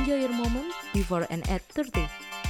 Enjoy your moment before and at 30.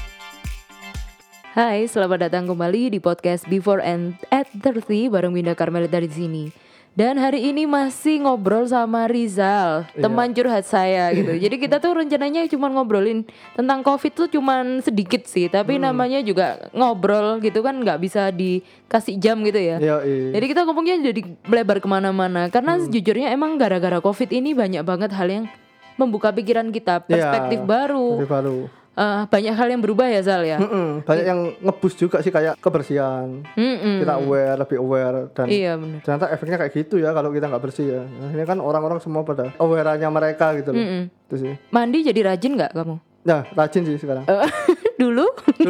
Hai, selamat datang kembali di podcast Before and at 30 bareng Winda Karmelita di sini. Dan hari ini masih ngobrol sama Rizal, teman curhat saya gitu. Jadi kita tuh rencananya cuma ngobrolin tentang COVID tuh cuman sedikit sih, tapi namanya juga ngobrol gitu kan, nggak bisa dikasih jam gitu ya. Jadi kita ngomongnya jadi melebar kemana-mana. Karena sejujurnya emang gara-gara COVID ini banyak banget hal yang membuka pikiran kita, perspektif baru. Banyak hal yang berubah ya Zal ya. Banyak yang nge-boost juga sih, kayak kebersihan. Kita lebih aware dan ternyata efeknya kayak gitu ya kalau kita nggak bersih ya. Nah, ini kan orang-orang semua pada aware-nya mereka gitu loh. Itu sih. Mandi jadi rajin nggak kamu? Nah, rajin sih sekarang. Dulu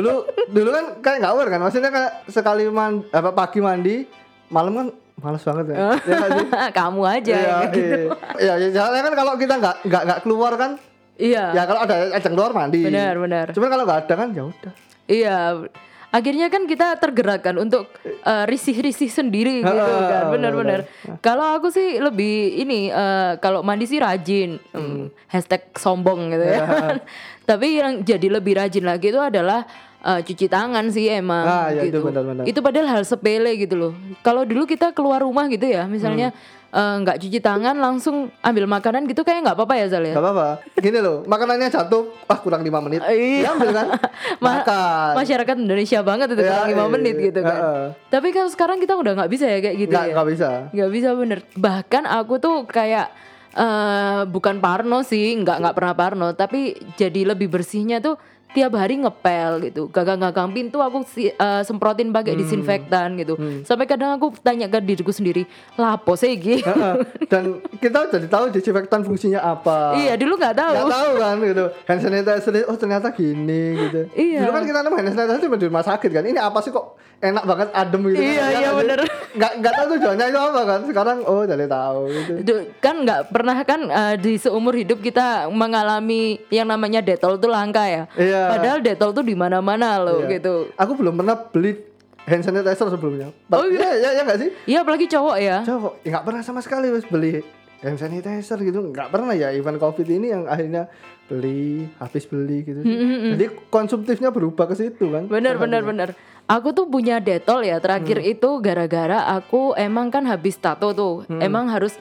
kan kayak nggak aware kan. Maksudnya kayak sekali pagi mandi, malam kan malas banget ya. Ya sih? Kamu aja gitu. Iya, soalnya kan kalau kita nggak keluar kan. Iya. Ya kalau ada ajang keluar mandi. Benar. Cuman kalau nggak ada kan ya udah. Iya. Akhirnya kan kita tergerakkan untuk risih-risih sendiri gitu kan. Benar. Kalau aku sih lebih ini kalau mandi sih rajin. Hashtag sombong gitu ya. Tapi yang jadi lebih rajin lagi itu adalah cuci tangan sih emang gitu. Itu benar. Itu padahal hal sepele gitu loh. Kalau dulu kita keluar rumah gitu ya, misalnya nggak cuci tangan langsung ambil makanan gitu kayak nggak apa-apa ya Zal ya? Nggak apa-apa. Gini loh, makanannya jatuh, kurang 5 menit. Diambil kan? Makan. Masyarakat Indonesia banget itu kurang 5 menit gitu kan. Tapi kan sekarang kita udah nggak bisa ya kayak gitu ya. Nggak bisa bener. Bahkan aku tuh kayak bukan parno sih, nggak pernah parno, tapi jadi lebih bersihnya tuh tiap hari ngepel gitu, gagang pintu aku semprotin pakai disinfektan gitu. Sampai kadang aku tanya ke diriku sendiri, lapo sih gitu. Dan kita jadi tahu disinfektan fungsinya apa. Iya, dulu nggak tahu. Nggak tahu kan gitu. Hand sanitizer, oh ternyata gini gitu. Iya. Dulu kan kita nemu hand sanitizer cuma di rumah sakit kan. Ini apa sih kok enak banget, adem gitu. Iya bener. Nggak tahu tujuannya itu apa kan. Sekarang jadi tahu gitu. Kan nggak pernah kan di seumur hidup kita mengalami yang namanya Dettol tuh langka ya. Iya. Padahal Dettol tuh di mana-mana loh gitu. Aku belum pernah beli hand sanitizer sebelumnya. Oh iya, ya nggak sih? Iya, apalagi cowok ya. Cowok, nggak pernah sama sekali beli hand sanitizer gitu, nggak pernah ya. Event COVID ini yang akhirnya habis beli gitu. Jadi konsumtifnya berubah ke situ kan. Bener. Aku tuh punya Dettol ya terakhir itu gara-gara aku emang kan habis tato tuh. Emang harus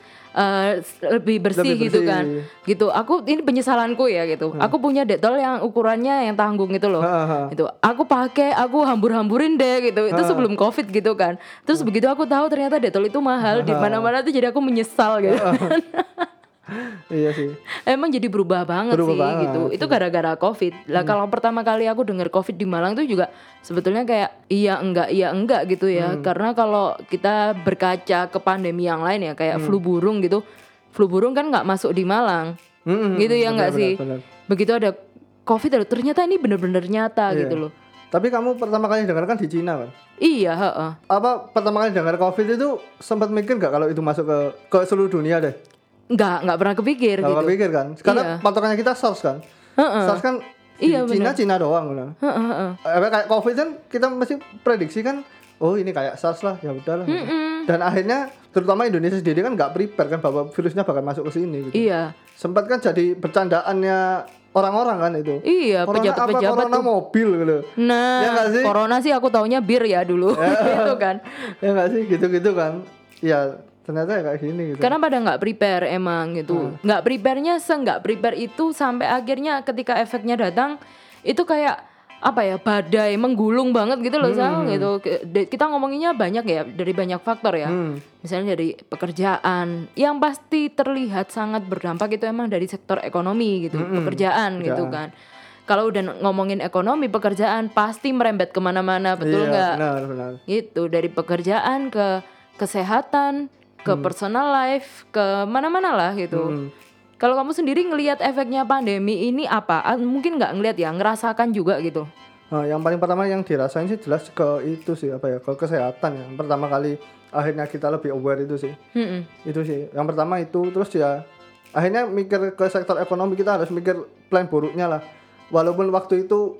lebih bersih gitu kan. Gitu. Aku ini penyesalanku ya gitu. Aku punya Dettol yang ukurannya yang tanggung gitu loh. Itu aku pakai, aku hambur-hamburin deh gitu. Itu sebelum COVID gitu kan. Terus begitu aku tahu ternyata Dettol itu mahal di mana-mana tuh, jadi aku menyesal gitu. Iya sih. Emang jadi berubah banget gitu. Itu gara-gara COVID. Lah kalau pertama kali aku dengar COVID di Malang tuh juga sebetulnya kayak iya enggak gitu ya. Karena kalau kita berkaca ke pandemi yang lain ya, kayak flu burung gitu. Flu burung kan enggak masuk di Malang. Gitu ya enggak sih? Benar. Begitu ada COVID ternyata ini benar-benar nyata gitu loh. Tapi kamu pertama kali dengar kan di Cina kan? Iya, Apa pertama kali dengar COVID itu sempat mikir enggak kalau itu masuk ke seluruh dunia deh? Enggak pernah kepikir gitu. Kepikir kan? Karena patokannya kita SARS kan. SARS kan di Cina doang kan. Kayak COVID kan kita mesti prediksi kan, oh ini kayak SARS lah, ya udahlah. Dan akhirnya terutama Indonesia sendiri kan enggak prepare kan bahwa virusnya bakal masuk ke sini gitu. Iya. Sempat kan jadi bercandaannya orang-orang kan itu. Iya, pejabat-pejabat corona tuh. Mobil gitu. Nah, ya sih? Corona sih aku taunya bir ya dulu. Gitu kan. Ya enggak sih, gitu-gitu kan. Iya. Ternyata ya kayak gini gitu. Karena pada nggak prepare emang gitu. Nggak preparenya nggak prepare itu sampai akhirnya ketika efeknya datang itu kayak apa ya, badai menggulung banget gitu loh Sal gitu. Kita ngomonginnya banyak ya, dari banyak faktor ya. Misalnya dari pekerjaan yang pasti terlihat sangat berdampak itu emang dari sektor ekonomi gitu, pekerjaan gitu kan. Kalau udah ngomongin ekonomi, pekerjaan pasti merembet kemana-mana, betul nggak? Benar. Gitu, dari pekerjaan ke kesehatan, ke personal life, ke mana-mana lah gitu. Kalau kamu sendiri ngelihat efeknya pandemi ini apa? Mungkin nggak ngelihat ya, ngerasakan juga gitu. Yang paling pertama yang dirasain sih jelas ke itu sih, ke kesehatan ya. Pertama kali akhirnya kita lebih aware itu sih. Itu sih. Yang pertama itu, terus ya akhirnya mikir ke sektor ekonomi, kita harus mikir plan buruknya lah. Walaupun waktu itu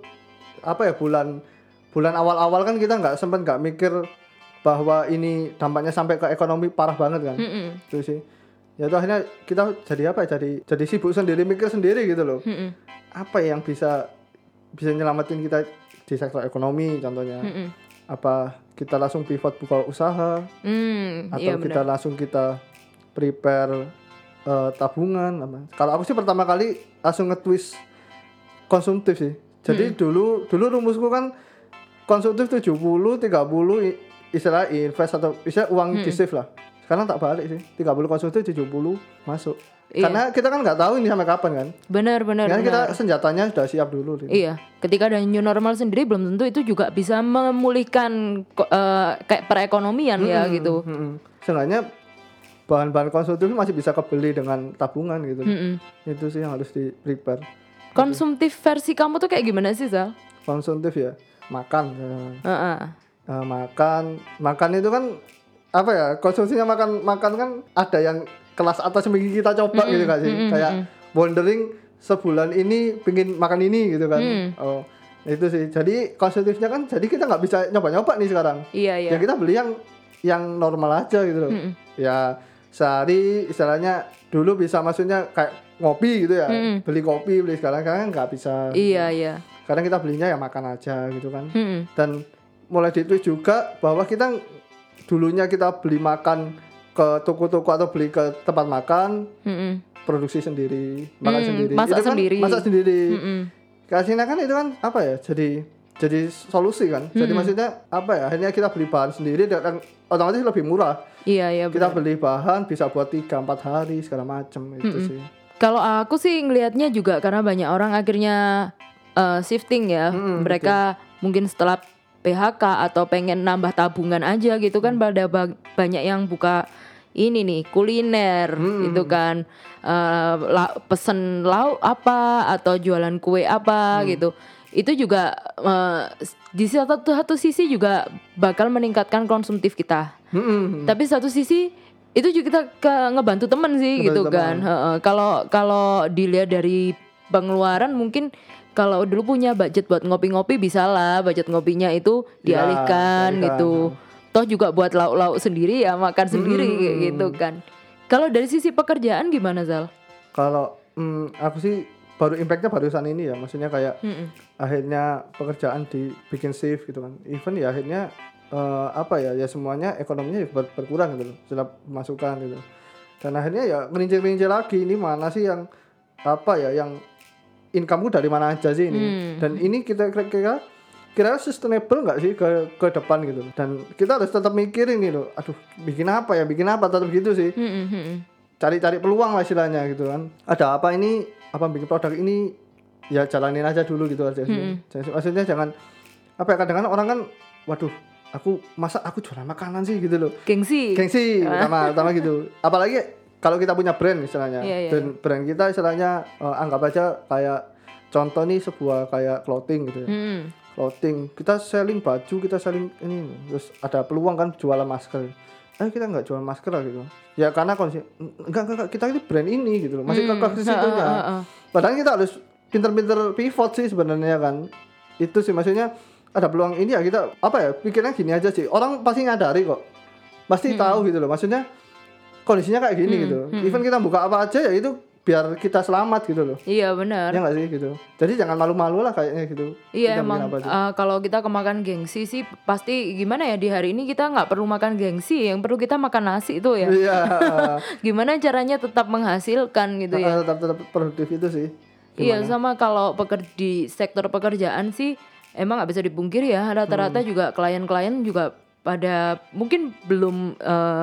bulan awal-awal kan kita nggak mikir bahwa ini dampaknya sampai ke ekonomi parah banget kan. Itu sih. Ya itu akhirnya kita jadi jadi sibuk sendiri, mikir sendiri gitu loh. apa yang bisa nyelamatin kita di sektor ekonomi contohnya. Apa kita langsung pivot buka usaha atau kita langsung kita prepare tabungan. Kalau aku sih pertama kali langsung nge-twist konsumtif sih. Jadi dulu rumusku kan konsumtif 70 30 istilah invest atau istilah uang di save lah. Sekarang tak balik sih. 30 konsumtif 70 masuk. Iya. Karena kita kan nggak tahu ini sampai kapan kan. Benar. Karena kita senjatanya sudah siap dulu. Gitu. Iya. Ketika ada new normal sendiri belum tentu itu juga bisa memulihkan kayak perekonomian ya gitu. Seenggaknya bahan-bahan konsumtif masih bisa kebeli dengan tabungan gitu. Itu sih yang harus di prepare. Konsumtif versi kamu tuh kayak gimana sih, Zal? Konsumtif ya, makan. Makan itu kan apa ya? Konsumsinya makan kan ada yang kelas atas yang kita coba gitu kan sih. Kayak wondering sebulan ini pengen makan ini gitu kan. Oh, itu sih. Jadi konsumtifnya kan jadi kita nggak bisa nyoba-nyoba nih sekarang. Iya. Ya kita beli yang normal aja gitu loh. Ya sehari istilahnya dulu bisa maksudnya kayak ngopi gitu ya. Beli kopi, beli sekarang kan nggak bisa. Iya. Kadang kita belinya ya makan aja gitu kan. Dan mulai ditulis juga bahwa kita dulunya kita beli makan ke toko-toko atau beli ke tempat makan, produksi sendiri, makan sendiri, masak itu kan sendiri. masak sendiri. Kasihnya kan itu kan apa ya? Jadi solusi kan. Jadi maksudnya apa ya? Akhirnya kita beli bahan sendiri dan otomatis lebih murah. Iya. Kita beli bahan bisa buat 3-4 hari segala macam itu sih. Kalau aku sih ngelihatnya juga karena banyak orang akhirnya shifting ya. Mereka mungkin setelah PHK atau pengen nambah tabungan aja gitu kan, pada banyak yang buka ini nih kuliner gitu kan, pesen lauk apa atau jualan kue apa gitu. Itu juga di satu sisi juga bakal meningkatkan konsumtif kita. Tapi satu sisi itu juga kita ngebantu temen sih gitu kan. Kalau dilihat dari pengeluaran mungkin kalau dulu punya budget buat ngopi-ngopi bisa lah budget ngopinya itu dialihkan gitu. Toh juga buat lauk-lauk sendiri ya makan sendiri gitu kan. Kalau dari sisi pekerjaan gimana Zal? Kalau aku sih baru impactnya barusan ini ya, maksudnya kayak akhirnya pekerjaan dibikin safe gitu kan. Even ya akhirnya apa ya semuanya ekonominya berkurang gitu loh, setelah masukan gitu. Dan akhirnya ya ngerinci lagi ini mana sih yang apa ya yang income-ku dari mana aja sih ini. Dan ini kita kira sustainable nggak sih ke depan gitu. Dan kita harus tetap mikirin gitu. Aduh, bikin apa tetap gitu sih. Cari-cari peluang lah istilahnya gitu kan. Ada apa ini, apa bikin produk ini ya jalanin aja dulu gitu aja sih. Maksudnya jangan apa ya, kadang-kadang orang kan waduh, aku jualan makanan sih gitu loh. Gengsi utama gitu. Apalagi kalau kita punya brand istilahnya, dan brand kita istilahnya anggap aja kayak contoh nih sebuah kayak clothing gitu ya. Clothing, kita selling baju, kita selling ini, terus ada peluang kan jualan masker. Kita nggak jual masker lah gitu. Ya karena kondisi enggak kita ini brand ini gitu loh. Masih kekeh situnya. Padahal kita harus pinter-pinter pivot sih sebenarnya kan. Itu sih maksudnya ada peluang ini ya kita apa ya pikirnya gini aja sih. Orang pasti nyadari kok. Pasti tahu gitu loh. Maksudnya kondisinya kayak gini gitu. Even kita buka apa aja ya itu biar kita selamat gitu loh. Iya benar. Ya nggak sih gitu. Jadi jangan malu-malu lah kayaknya gitu. Iya emang kalau kita kemakan gengsi sih pasti gimana ya, di hari ini kita nggak perlu makan gengsi, yang perlu kita makan nasi itu ya. Iya. Gimana caranya tetap menghasilkan gitu ya. Tetap produktif itu sih. Gimana? Iya sama kalau di sektor pekerjaan sih emang nggak bisa dipungkiri ya, rata-rata juga klien-klien juga pada mungkin belum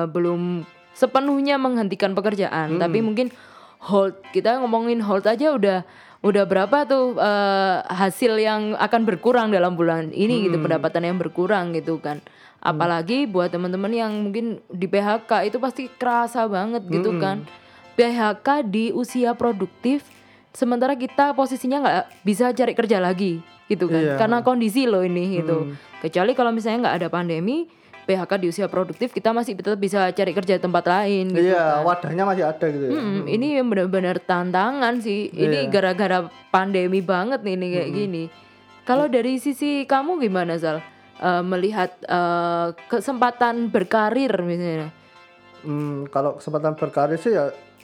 sepenuhnya menghentikan pekerjaan, tapi mungkin hold. Kita ngomongin hold aja udah berapa tuh hasil yang akan berkurang dalam bulan ini gitu, pendapatan yang berkurang gitu kan. Apalagi buat teman-teman yang mungkin di PHK itu pasti kerasa banget gitu kan. PHK di usia produktif, sementara kita posisinya nggak bisa cari kerja lagi gitu kan, karena kondisi loh ini gitu. Kecuali kalau misalnya nggak ada pandemi, PHK di usia produktif kita masih tetap bisa cari kerja di tempat lain gitu kan. Wadahnya masih ada gitu ya. Ini benar-benar tantangan sih. Ini gara-gara pandemi banget nih kayak gini. Kalau dari sisi kamu gimana Zal? Melihat kesempatan berkarir misalnya. Kalau kesempatan berkarir sih ya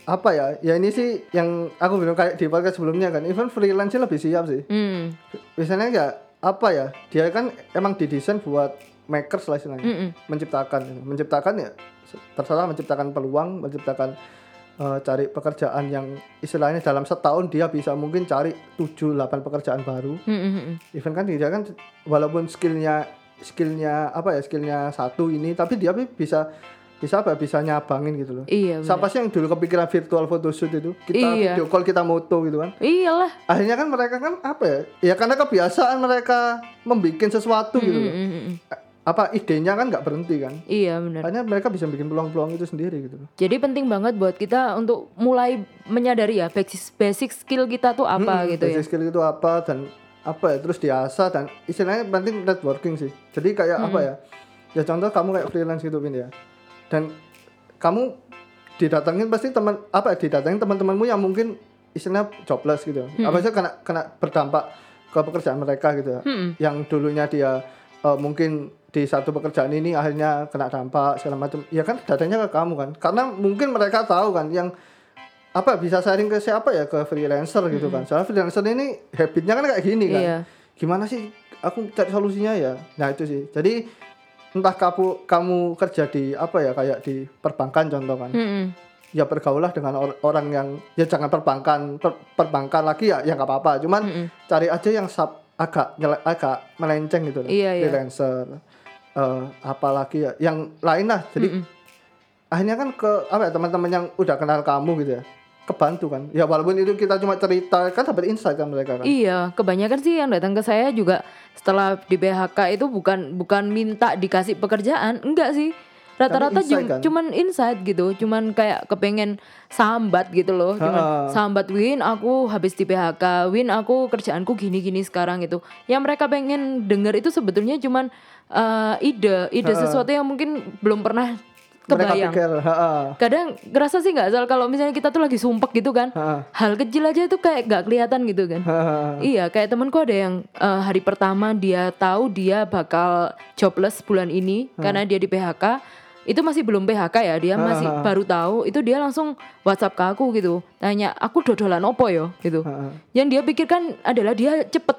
apa ya? Ya ini sih yang aku bilang kayak di podcast sebelumnya kan. Even freelance sih lebih siap sih. Biasanya ya apa ya? Dia kan emang didesain buat makers lah istilahnya. Menciptakan ya terserah menciptakan peluang, menciptakan cari pekerjaan yang istilahnya dalam setahun dia bisa mungkin cari 7-8 pekerjaan baru. Even kan dia kan walaupun skillnya apa ya, skillnya satu ini, tapi dia bisa nyabangin gitu loh. Iya, siapa sih yang dulu kepikiran virtual photoshoot itu, kita video call, kita moto gitu kan. Iyalah, akhirnya kan mereka kan apa ya karena kebiasaan mereka membuat sesuatu gitu loh. Apa idenya kan nggak berhenti kan. Iya benar. Hanya mereka bisa bikin peluang-peluang itu sendiri gitu loh. Jadi penting banget buat kita untuk mulai menyadari ya basic skill kita tuh apa gitu ya. Basic skill itu apa dan apa ya, terus diasah, dan istilahnya penting networking sih. Jadi kayak apa ya contoh kamu kayak freelance gitu Vin ya, dan kamu didatengin pasti didatengin teman-temanmu yang mungkin istilahnya jobless gitu. Apa sih kena berdampak ke pekerjaan mereka gitu ya. Yang dulunya dia mungkin di satu pekerjaan ini akhirnya kena dampak segala macam. Ya kan datanya ke kamu kan. Karena mungkin mereka tahu kan yang apa bisa sharing ke siapa ya, ke freelancer gitu kan. Soalnya freelancer ini habitnya kan kayak gini kan. Iya. Gimana sih aku cari solusinya ya. Nah itu sih. Jadi entah kamu kerja di apa ya, kayak di perbankan contoh kan. Ya bergaulah dengan orang yang ya jangan perbankan lagi ya nggak apa-apa. Cuman cari aja yang agak melenceng gitu loh. Freelancer. Apalagi ya yang lain lah. Jadi akhirnya kan ke apa ya, teman-teman yang udah kenal kamu gitu ya, kebantu kan. Ya walaupun itu kita cuma cerita kan dapat insight kan mereka kan. Iya, kebanyakan sih yang datang ke saya juga setelah di PHK itu bukan minta dikasih pekerjaan, enggak sih. Rata-rata cuman insight gitu, cuman kayak kepengen sambat gitu loh, cuman sambat, Win aku habis di PHK, Win aku kerjaanku gini-gini sekarang gitu. Yang mereka pengen denger itu sebetulnya cuman ide sesuatu yang mungkin belum pernah kebayang. Kadang ngerasa sih nggak asal kalau misalnya kita tuh lagi sumpek gitu kan, hal kecil aja tuh kayak nggak kelihatan gitu kan. Iya, kayak temanku ada yang hari pertama dia tahu dia bakal jobless bulan ini karena dia di PHK. Itu masih belum PHK ya, dia masih baru tahu. Itu dia langsung WhatsApp ke aku gitu, tanya aku dodolan opo yo gitu. Yang dia pikirkan adalah dia cepet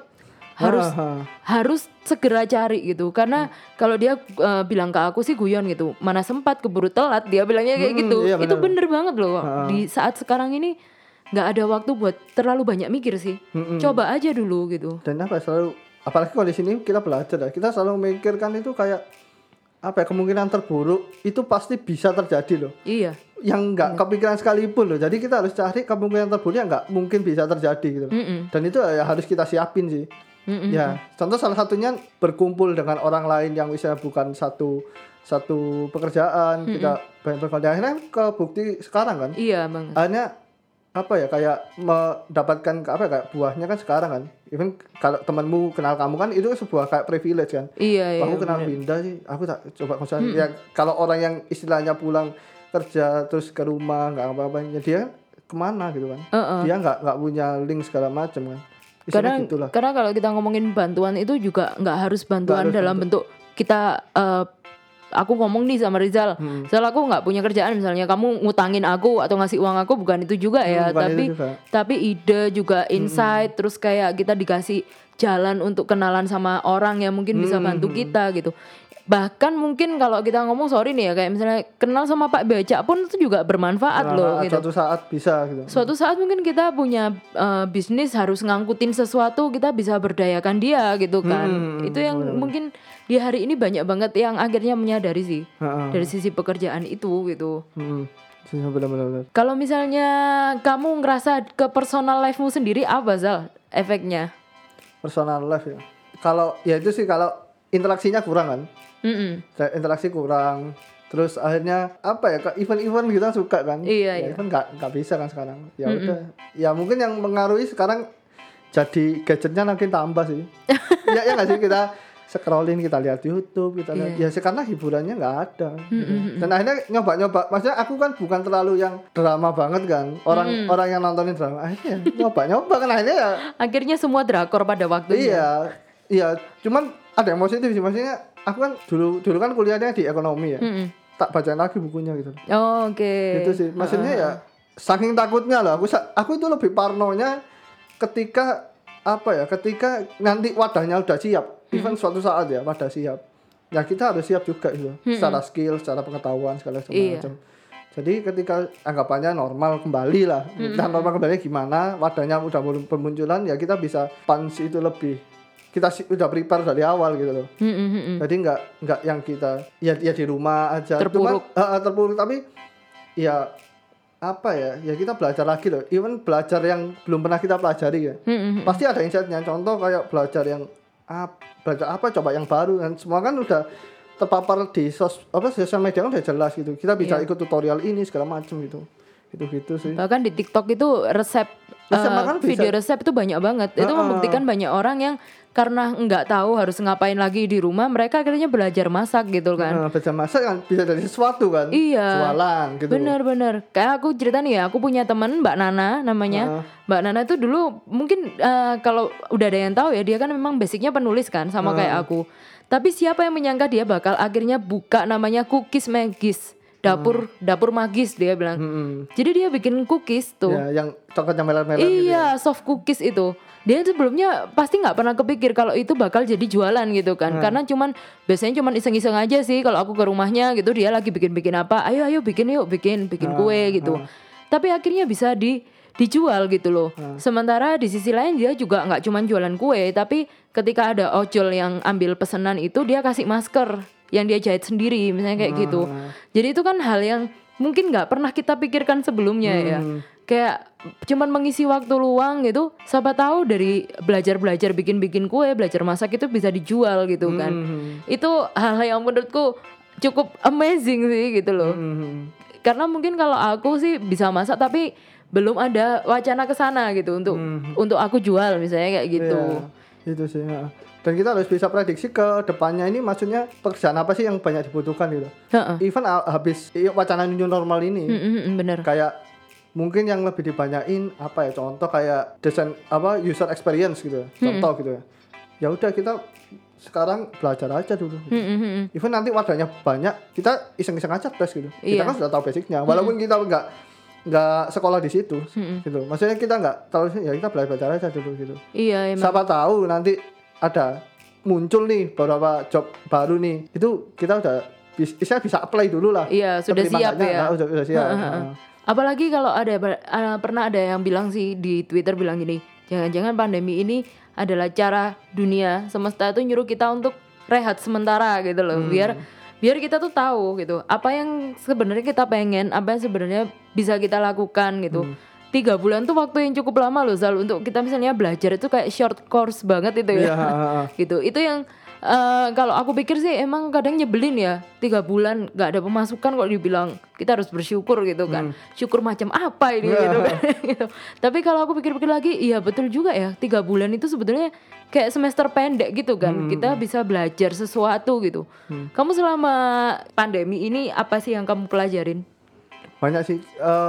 harus segera cari gitu, karena kalau dia bilang ke aku sih guyon gitu, mana sempat keburu telat, dia bilangnya kayak gitu. Iya, itu bener banget loh. Di saat sekarang ini nggak ada waktu buat terlalu banyak mikir sih. Coba aja dulu gitu. Dan selalu apalagi kalau di sini kita belajar ya, kita selalu memikirkan itu kayak apa ya, kemungkinan terburuk itu pasti bisa terjadi loh. Iya. Yang nggak kepikiran sekalipun loh. Jadi kita harus cari kemungkinan terburuk yang nggak mungkin bisa terjadi gitu. Dan itu ya harus kita siapin sih. Ya, contoh salah satunya berkumpul dengan orang lain yang misalnya bukan satu pekerjaan, kita banyak berkontak, akhirnya kebukti sekarang kan. Iya banget. Akhirnya apa ya, kayak mendapatkan kayak buahnya kan sekarang kan. Even kalau temanmu kenal kamu kan itu sebuah kayak privilege kan. Iya. Aku kenal Winda sih, aku tak coba konsultasi. Ya kalau orang yang istilahnya pulang kerja terus ke rumah nggak apa-apa, ya dia kemana gitu kan. Dia nggak punya link segala macam kan. Karena kalau kita ngomongin bantuan itu juga nggak harus bantuan dalam bentuk kita aku ngomong nih sama Rizal, Rizal aku nggak punya kerjaan misalnya, kamu ngutangin aku atau ngasih uang aku, bukan itu juga ya, tapi ide juga insight, terus kayak kita dikasih jalan untuk kenalan sama orang yang mungkin bisa bantu kita gitu. Bahkan mungkin kalau kita ngomong sorry nih ya, kayak misalnya kenal sama Pak Becak pun itu juga bermanfaat loh gitu. Suatu saat bisa gitu. Suatu saat mungkin kita punya bisnis harus ngangkutin sesuatu, kita bisa berdayakan dia gitu kan. Itu yang mungkin di hari ini banyak banget yang akhirnya menyadari sih dari sisi pekerjaan itu gitu. Benar-benar. Kalau misalnya kamu ngerasa ke personal life-mu sendiri apa Zal efeknya? Personal life ya. Kalau ya itu sih, kalau interaksinya kurang kan. Interaksi kurang, terus akhirnya apa ya, ke event-event kita suka kan. Iya. Event nggak bisa kan sekarang. Ya udah. Ya mungkin yang mengaruhi sekarang jadi gadgetnya makin tambah sih. ya nggak sih, kita scrolling, kita lihat YouTube, kita lihat ya karena hiburannya nggak ada. Dan akhirnya nyoba. Maksudnya aku kan bukan terlalu yang drama banget kan. Orang yang nontonin drama akhirnya nyoba kan, akhirnya semua drakor pada waktunya. Iya. Cuman ada yang positif sih, maksudnya aku kan dulu kan kuliahnya di ekonomi ya. Tak bacain lagi bukunya gitu. Oh, oke. Gitu sih. Maksudnya ya saking takutnya loh, aku itu lebih parnonya ketika ketika nanti wadahnya udah siap, even suatu saat ya wadah siap, ya kita harus siap juga gitu, secara skill, secara pengetahuan segala macam. Jadi ketika anggapannya normal kembali lah, dan normal kembali gimana, wadahnya udah bermunculan, ya kita bisa punch itu lebih, kita udah prepare dari awal gitu loh. Jadi nggak yang kita ya di rumah aja terpuruk tapi ya ya kita belajar lagi loh, even belajar yang belum pernah kita pelajari ya, pasti ada insight-nya. Contoh kayak belajar yang coba yang baru, dan semua kan udah terpapar di sosial media kan udah jelas gitu, kita bisa ikut tutorial ini segala macam gitu sih. Bahkan di TikTok itu resep video resep itu banyak banget. Itu membuktikan banyak orang yang karena nggak tahu harus ngapain lagi di rumah, mereka akhirnya belajar masak gitu kan. Belajar masak kan bisa dari sesuatu kan. Jualan gitu. Bener. Kayak aku cerita nih ya, aku punya teman Mbak Nana namanya. Mbak Nana itu dulu mungkin kalau udah ada yang tahu ya, dia kan memang basicnya penulis kan sama kayak aku. Tapi siapa yang menyangka dia bakal akhirnya buka namanya Cookies Magis. Dapur magis dia bilang. Jadi dia bikin cookies tuh. Ya, yang coklatnya meler-meler gitu. Iya, soft cookies itu. Dia sebelumnya pasti nggak pernah kepikir kalau itu bakal jadi jualan gitu kan. Karena biasanya iseng-iseng aja sih kalau aku ke rumahnya gitu, dia lagi bikin apa. Ayo bikin yuk, bikin kue gitu. Tapi akhirnya bisa dijual gitu loh. Sementara di sisi lain dia juga nggak cuma jualan kue, tapi ketika ada ojol yang ambil pesanan itu, dia kasih masker yang dia jahit sendiri misalnya kayak gitu. Jadi itu kan hal yang mungkin nggak pernah kita pikirkan sebelumnya ya. Kayak cuman mengisi waktu luang gitu, siapa tahu dari belajar bikin kue, belajar masak itu bisa dijual gitu kan. Itu hal yang menurutku cukup amazing sih gitu loh. Karena mungkin kalau aku sih bisa masak tapi belum ada wacana ke sana gitu untuk aku jual misalnya kayak gitu. Ya, itu sih. Ya. Dan kita harus bisa prediksi ke depannya ini, maksudnya pekerjaan apa sih yang banyak dibutuhkan gitu. Even habis wacana new normal ini, bener. Kayak mungkin yang lebih dibanyain contoh kayak desain user experience gitu. Contoh gitu ya. Ya udah kita sekarang belajar aja dulu. Even nanti wadahnya banyak, kita iseng-iseng aja tes gitu. Kita kan sudah tahu basicnya, walaupun kita nggak sekolah di situ gitu. Maksudnya kita nggak tahu, ya kita belajar aja dulu gitu. Iya, emang. Siapa tahu nanti ada muncul nih beberapa job baru nih, itu kita udah bisa apply dulu lah. Iya, sudah siap ya. Udah siap. Apalagi kalau pernah ada yang bilang sih di Twitter bilang gini, jangan-jangan pandemi ini adalah cara dunia semesta itu nyuruh kita untuk rehat sementara gitu loh, biar kita tuh tahu gitu apa yang sebenarnya kita pengen, apa yang sebenarnya bisa kita lakukan gitu. 3 bulan tuh waktu yang cukup lama loh Zal, untuk kita misalnya belajar itu kayak short course banget itu ya. Gitu. Itu yang kalau aku pikir sih emang kadang nyebelin ya, 3 bulan gak ada pemasukan kok dibilang kita harus bersyukur gitu kan. Syukur macam apa ini gitu kan. Gitu. Tapi kalau aku pikir-pikir lagi, iya betul juga ya, 3 bulan itu sebetulnya kayak semester pendek gitu kan. Kita bisa belajar sesuatu gitu. Kamu selama pandemi ini apa sih yang kamu pelajarin? Banyak sih.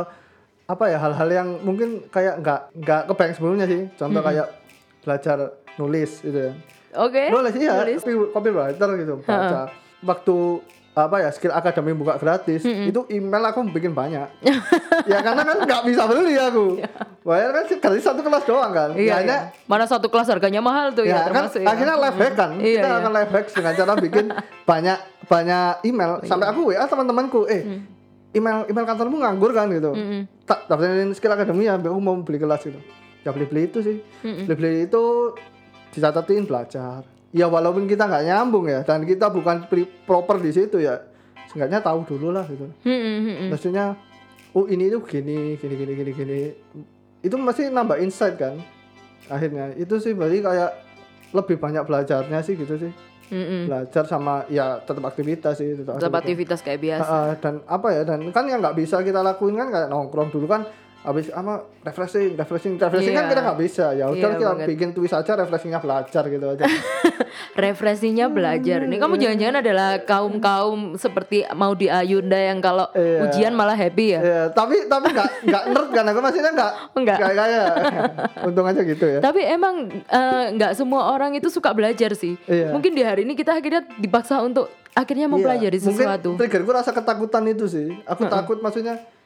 Hal-hal yang mungkin kayak nggak kebayang sebelumnya sih. Contoh kayak belajar nulis gitu ya. Nulis copywriter gitu, baca. Waktu skill akademi buka gratis, itu email aku bikin banyak. Ya karena kan nggak bisa beli aku. Bayar kan gratis 1 kelas doang kan. Iya. Mana 1 kelas harganya mahal tuh ya kan, akhirnya live hack kan. Kita akan live hack dengan cara bikin banyak email. Sampai aku WA teman-temanku, email kantormu nganggur kan gitu. Tak daftarin skill akademi ya, aku mau beli kelas gitu. Ya beli itu sih. Beli itu dicatatin belajar. Ya walaupun kita nggak nyambung ya, dan kita bukan proper di situ ya, seenggaknya tahu dulu lah gitu. Maksudnya, ini tuh gini. Itu masih nambah insight kan. Akhirnya itu sih berarti kayak lebih banyak belajarnya sih gitu sih. Belajar sama ya tetap aktivitas sih, tetap aktivitas kayak biasa. Dan dan kan yang nggak bisa kita lakuin kan kayak nongkrong dulu kan, habis refreshing kan kita nggak bisa. Ya udah kita bikin tulis aja refreshingnya belajar gitu aja. Refreshingnya belajar. Ini kamu jangan-jangan adalah kaum seperti mau di Ayunda yang kalau ujian malah happy ya? Iya, tapi nggak nerd kan aku, maksudnya nggak kayak untung aja gitu ya. Tapi emang nggak semua orang itu suka belajar sih. Mungkin di hari ini kita akhirnya dipaksa untuk akhirnya mempelajari sesuatu. Mungkin triggerku rasa ketakutan itu sih. Aku takut, maksudnya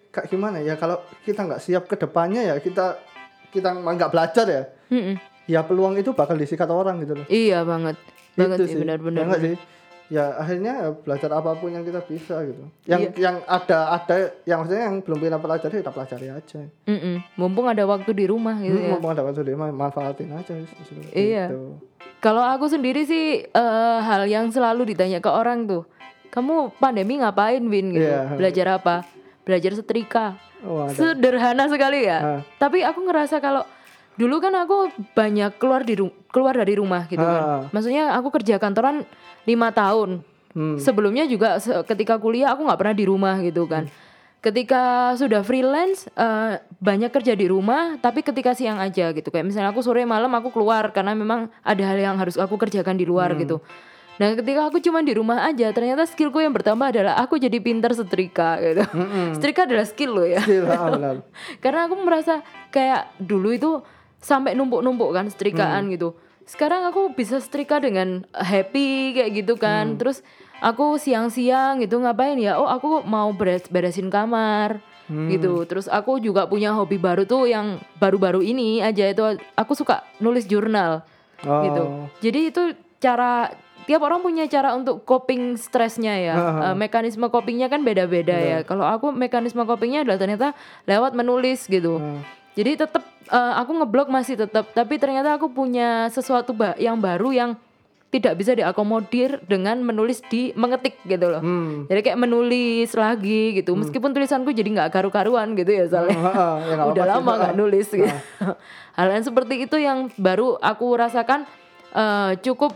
kayak gimana ya, kalau kita nggak siap ke depannya ya kita nggak belajar ya. Ya peluang itu bakal disikat orang gitu loh. Iya banget Itu sih, sih. benar-benar. Ya nggak sih? Ya akhirnya ya belajar apapun yang kita bisa gitu. Yang ada yang maksudnya yang belum kita pelajari kita pelajari aja. Mumpung ada waktu di rumah gitu ya. Mumpung ada waktu di rumah manfaatin aja. Iya. Gitu. Kalau aku sendiri sih hal yang selalu ditanya ke orang tuh, kamu pandemi ngapain, Win gitu? Iya. Belajar apa? Belajar setrika. Oh, ada. Sederhana sekali ya. Tapi aku ngerasa kalau dulu kan aku banyak keluar dari rumah gitu kan. Maksudnya aku kerja kantoran 5 tahun. Sebelumnya juga ketika kuliah aku nggak pernah di rumah gitu kan. Ketika sudah freelance banyak kerja di rumah, tapi ketika siang aja gitu. Kayak misalnya aku sore malam aku keluar karena memang ada hal yang harus aku kerjakan di luar gitu. Nah ketika aku cuma di rumah aja, ternyata skillku yang bertambah adalah aku jadi pintar setrika gitu. Setrika adalah skill loh ya. Skill, benar. Karena aku merasa kayak dulu itu sampai numpuk-numpuk kan setrikaan gitu. Sekarang aku bisa setrika dengan happy kayak gitu kan. Terus aku siang-siang gitu ngapain ya? Oh aku mau beresin kamar gitu. Terus aku juga punya hobi baru tuh yang baru-baru ini aja itu aku suka nulis jurnal gitu. Jadi itu tiap orang punya cara untuk coping stresnya ya. Mekanisme copingnya kan beda-beda ya. Kalau aku mekanisme copingnya adalah ternyata lewat menulis gitu. Jadi tetap aku ngeblog masih tetap, tapi ternyata aku punya sesuatu yang baru yang tidak bisa diakomodir dengan mengetik gitu loh. Jadi kayak menulis lagi gitu. Meskipun tulisanku jadi nggak karu-karuan gitu ya soalnya. Udah lama nggak nulis gitu. Hal yang seperti itu yang baru aku rasakan cukup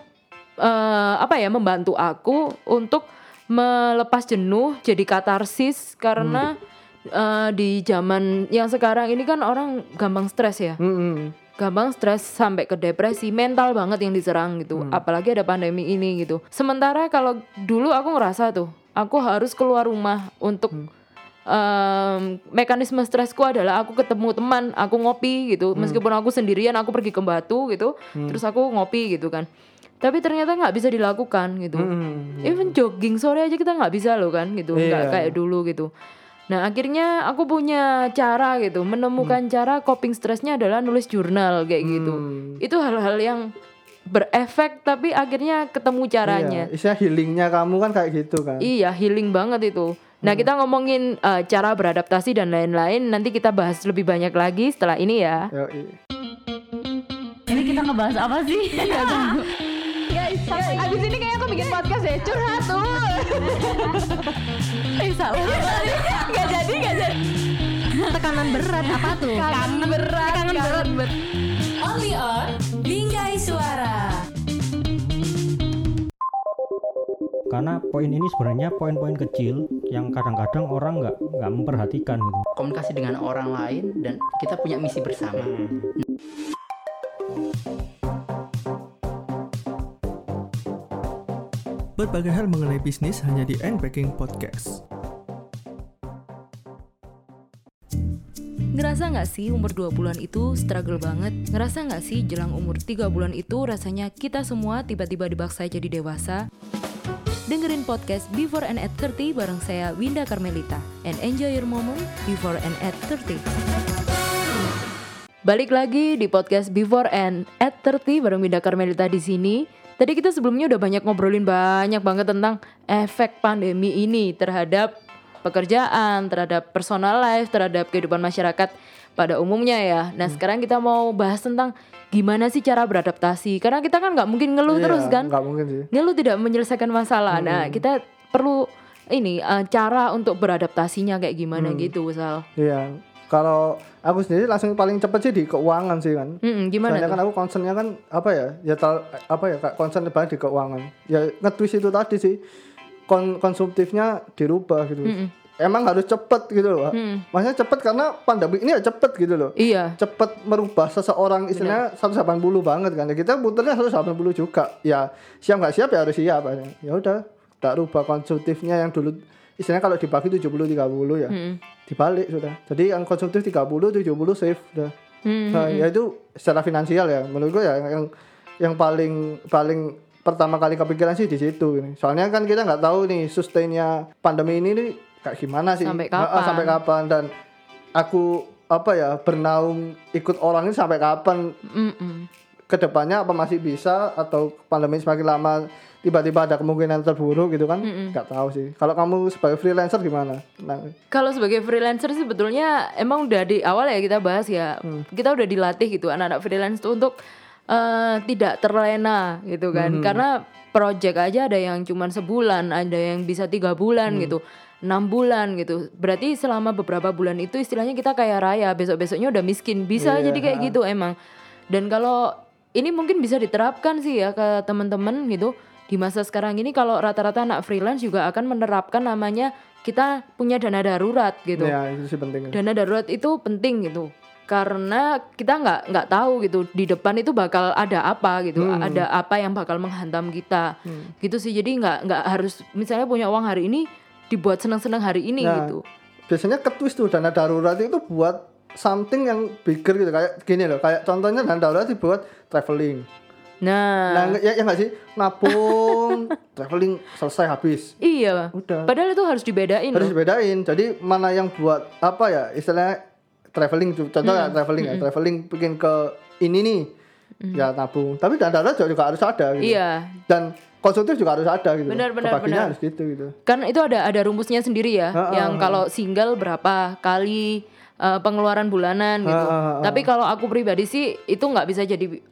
membantu aku untuk melepas jenuh, jadi katarsis karena di zaman yang sekarang ini kan orang gampang stres ya. Gampang stres sampai ke depresi, mental banget yang diserang gitu. Apalagi ada pandemi ini gitu. Sementara kalau dulu aku ngerasa tuh, aku harus keluar rumah untuk mekanisme stresku adalah aku ketemu teman, aku ngopi gitu. Meskipun aku sendirian, aku pergi ke Batu gitu, terus aku ngopi gitu kan. Tapi ternyata nggak bisa dilakukan gitu. Even jogging sore aja kita nggak bisa loh kan gitu, nggak kayak dulu gitu. Nah akhirnya aku punya cara gitu, menemukan cara coping stresnya adalah nulis jurnal kayak gitu. Itu hal-hal yang berefek tapi akhirnya ketemu caranya. Iya, istilah healingnya kamu kan kayak gitu kan. Iya, healing banget itu. Nah kita ngomongin cara beradaptasi dan lain-lain, nanti kita bahas lebih banyak lagi setelah ini ya. Ini kita ngebahas apa sih? Guys, abis ini kayak aku bikin podcast ya, curhat tuh. Salah. Gak jadi. Tekanan berat apa tuh? Kangen berat. Only on Bingkai Suara. Karena poin ini sebenarnya poin-poin kecil yang kadang-kadang orang nggak memperhatikan gitu. Komunikasi dengan orang lain dan kita punya misi bersama. Berbagai hal mengenai bisnis hanya di Unpacking Podcast. Ngerasa gak sih umur 20-an itu struggle banget? Ngerasa gak sih jelang umur 3 bulan itu rasanya kita semua tiba-tiba dibaksa jadi dewasa? Dengerin podcast Before and at 30 bareng saya Winda Carmelita. And enjoy your moment before and at 30. Balik lagi di podcast Before and at 30 bareng Winda Carmelita di sini. Tadi kita sebelumnya udah banyak ngobrolin banyak banget tentang efek pandemi ini terhadap pekerjaan, terhadap personal life, terhadap kehidupan masyarakat pada umumnya ya. Nah sekarang kita mau bahas tentang gimana sih cara beradaptasi. Karena kita kan gak mungkin ngeluh terus kan. Gak mungkin sih. Ngeluh tidak menyelesaikan masalah. Nah kita perlu cara untuk beradaptasinya kayak gimana gitu Sal. Iya. Kalau aku sendiri langsung paling cepet sih di keuangan sih kan. Gimana soalnya tuh? kan aku concernnya kan concern banget di keuangan. Ya nge-twist itu tadi sih. Konsumtifnya dirubah gitu. Emang harus cepet gitu loh. Maksudnya cepet karena pandemi ini ya cepet gitu loh. Iya. Cepet merubah seseorang istilahnya 180 banget kan. Ya kita putarnya 180 juga. Ya siap nggak siap ya harus siap. Ya udah, tak rubah konsumtifnya yang dulu istilahnya kalau dibagi 70-30 ya. Dibalik sudah. Jadi yang konsumtif 30-70 save udah. Nah, ya itu secara finansial ya. Menurut gue ya yang paling pertama kali kepikiran sih di situ. Soalnya kan kita nggak tahu nih sustainnya pandemi ini nih kayak gimana sih, Sampai kapan? Sampai kapan, dan aku bernaung ikut orang ini sampai kapan, kedepannya apa masih bisa, atau pandemi semakin lama tiba-tiba ada kemungkinan terburuk gitu kan, nggak tahu sih. Kalau kamu sebagai freelancer gimana? Kalau sebagai freelancer sih sebetulnya emang udah di awal ya kita bahas ya, kita udah dilatih gitu anak-anak freelance tuh untuk tidak terlena gitu kan, karena project aja ada yang cuman sebulan, ada yang bisa 3 bulan gitu, 6 bulan gitu. Berarti selama beberapa bulan itu istilahnya kita kaya raya, besok-besoknya udah miskin, bisa jadi kayak gitu emang. Dan kalau ini mungkin bisa diterapkan sih ya ke teman-teman gitu. Di masa sekarang ini kalau rata-rata anak freelance juga akan menerapkan namanya kita punya dana darurat gitu. Ya itu sih penting. Dana darurat itu penting gitu. Karena kita nggak tahu gitu di depan itu bakal ada apa gitu, ada apa yang bakal menghantam kita, gitu sih. Jadi nggak harus misalnya punya uang hari ini dibuat senang-senang hari ini gitu. Biasanya ketwist tuh dana darurat itu buat something yang bigger gitu, kayak gini loh, kayak contohnya dana darurat dibuat traveling. Nah ya nggak sih, nabung traveling selesai habis. Iya. Udah. Padahal itu harus dibedain. Harus dibedain. Jadi mana yang buat istilahnya traveling, contohnya traveling ya, traveling bikin ke ini nih, ya nabung. Tapi dana darurat juga harus ada gitu. Iya. Dan konsumtif juga harus ada gitu. Benar. Kebagiannya harus gitu. Kan itu ada rumusnya sendiri ya, yang kalau single berapa kali pengeluaran bulanan gitu. Tapi kalau aku pribadi sih itu nggak bisa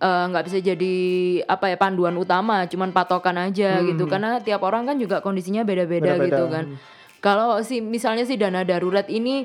jadi panduan utama, cuman patokan aja gitu. Karena tiap orang kan juga kondisinya beda-beda gitu kan. Kalau misalnya dana darurat ini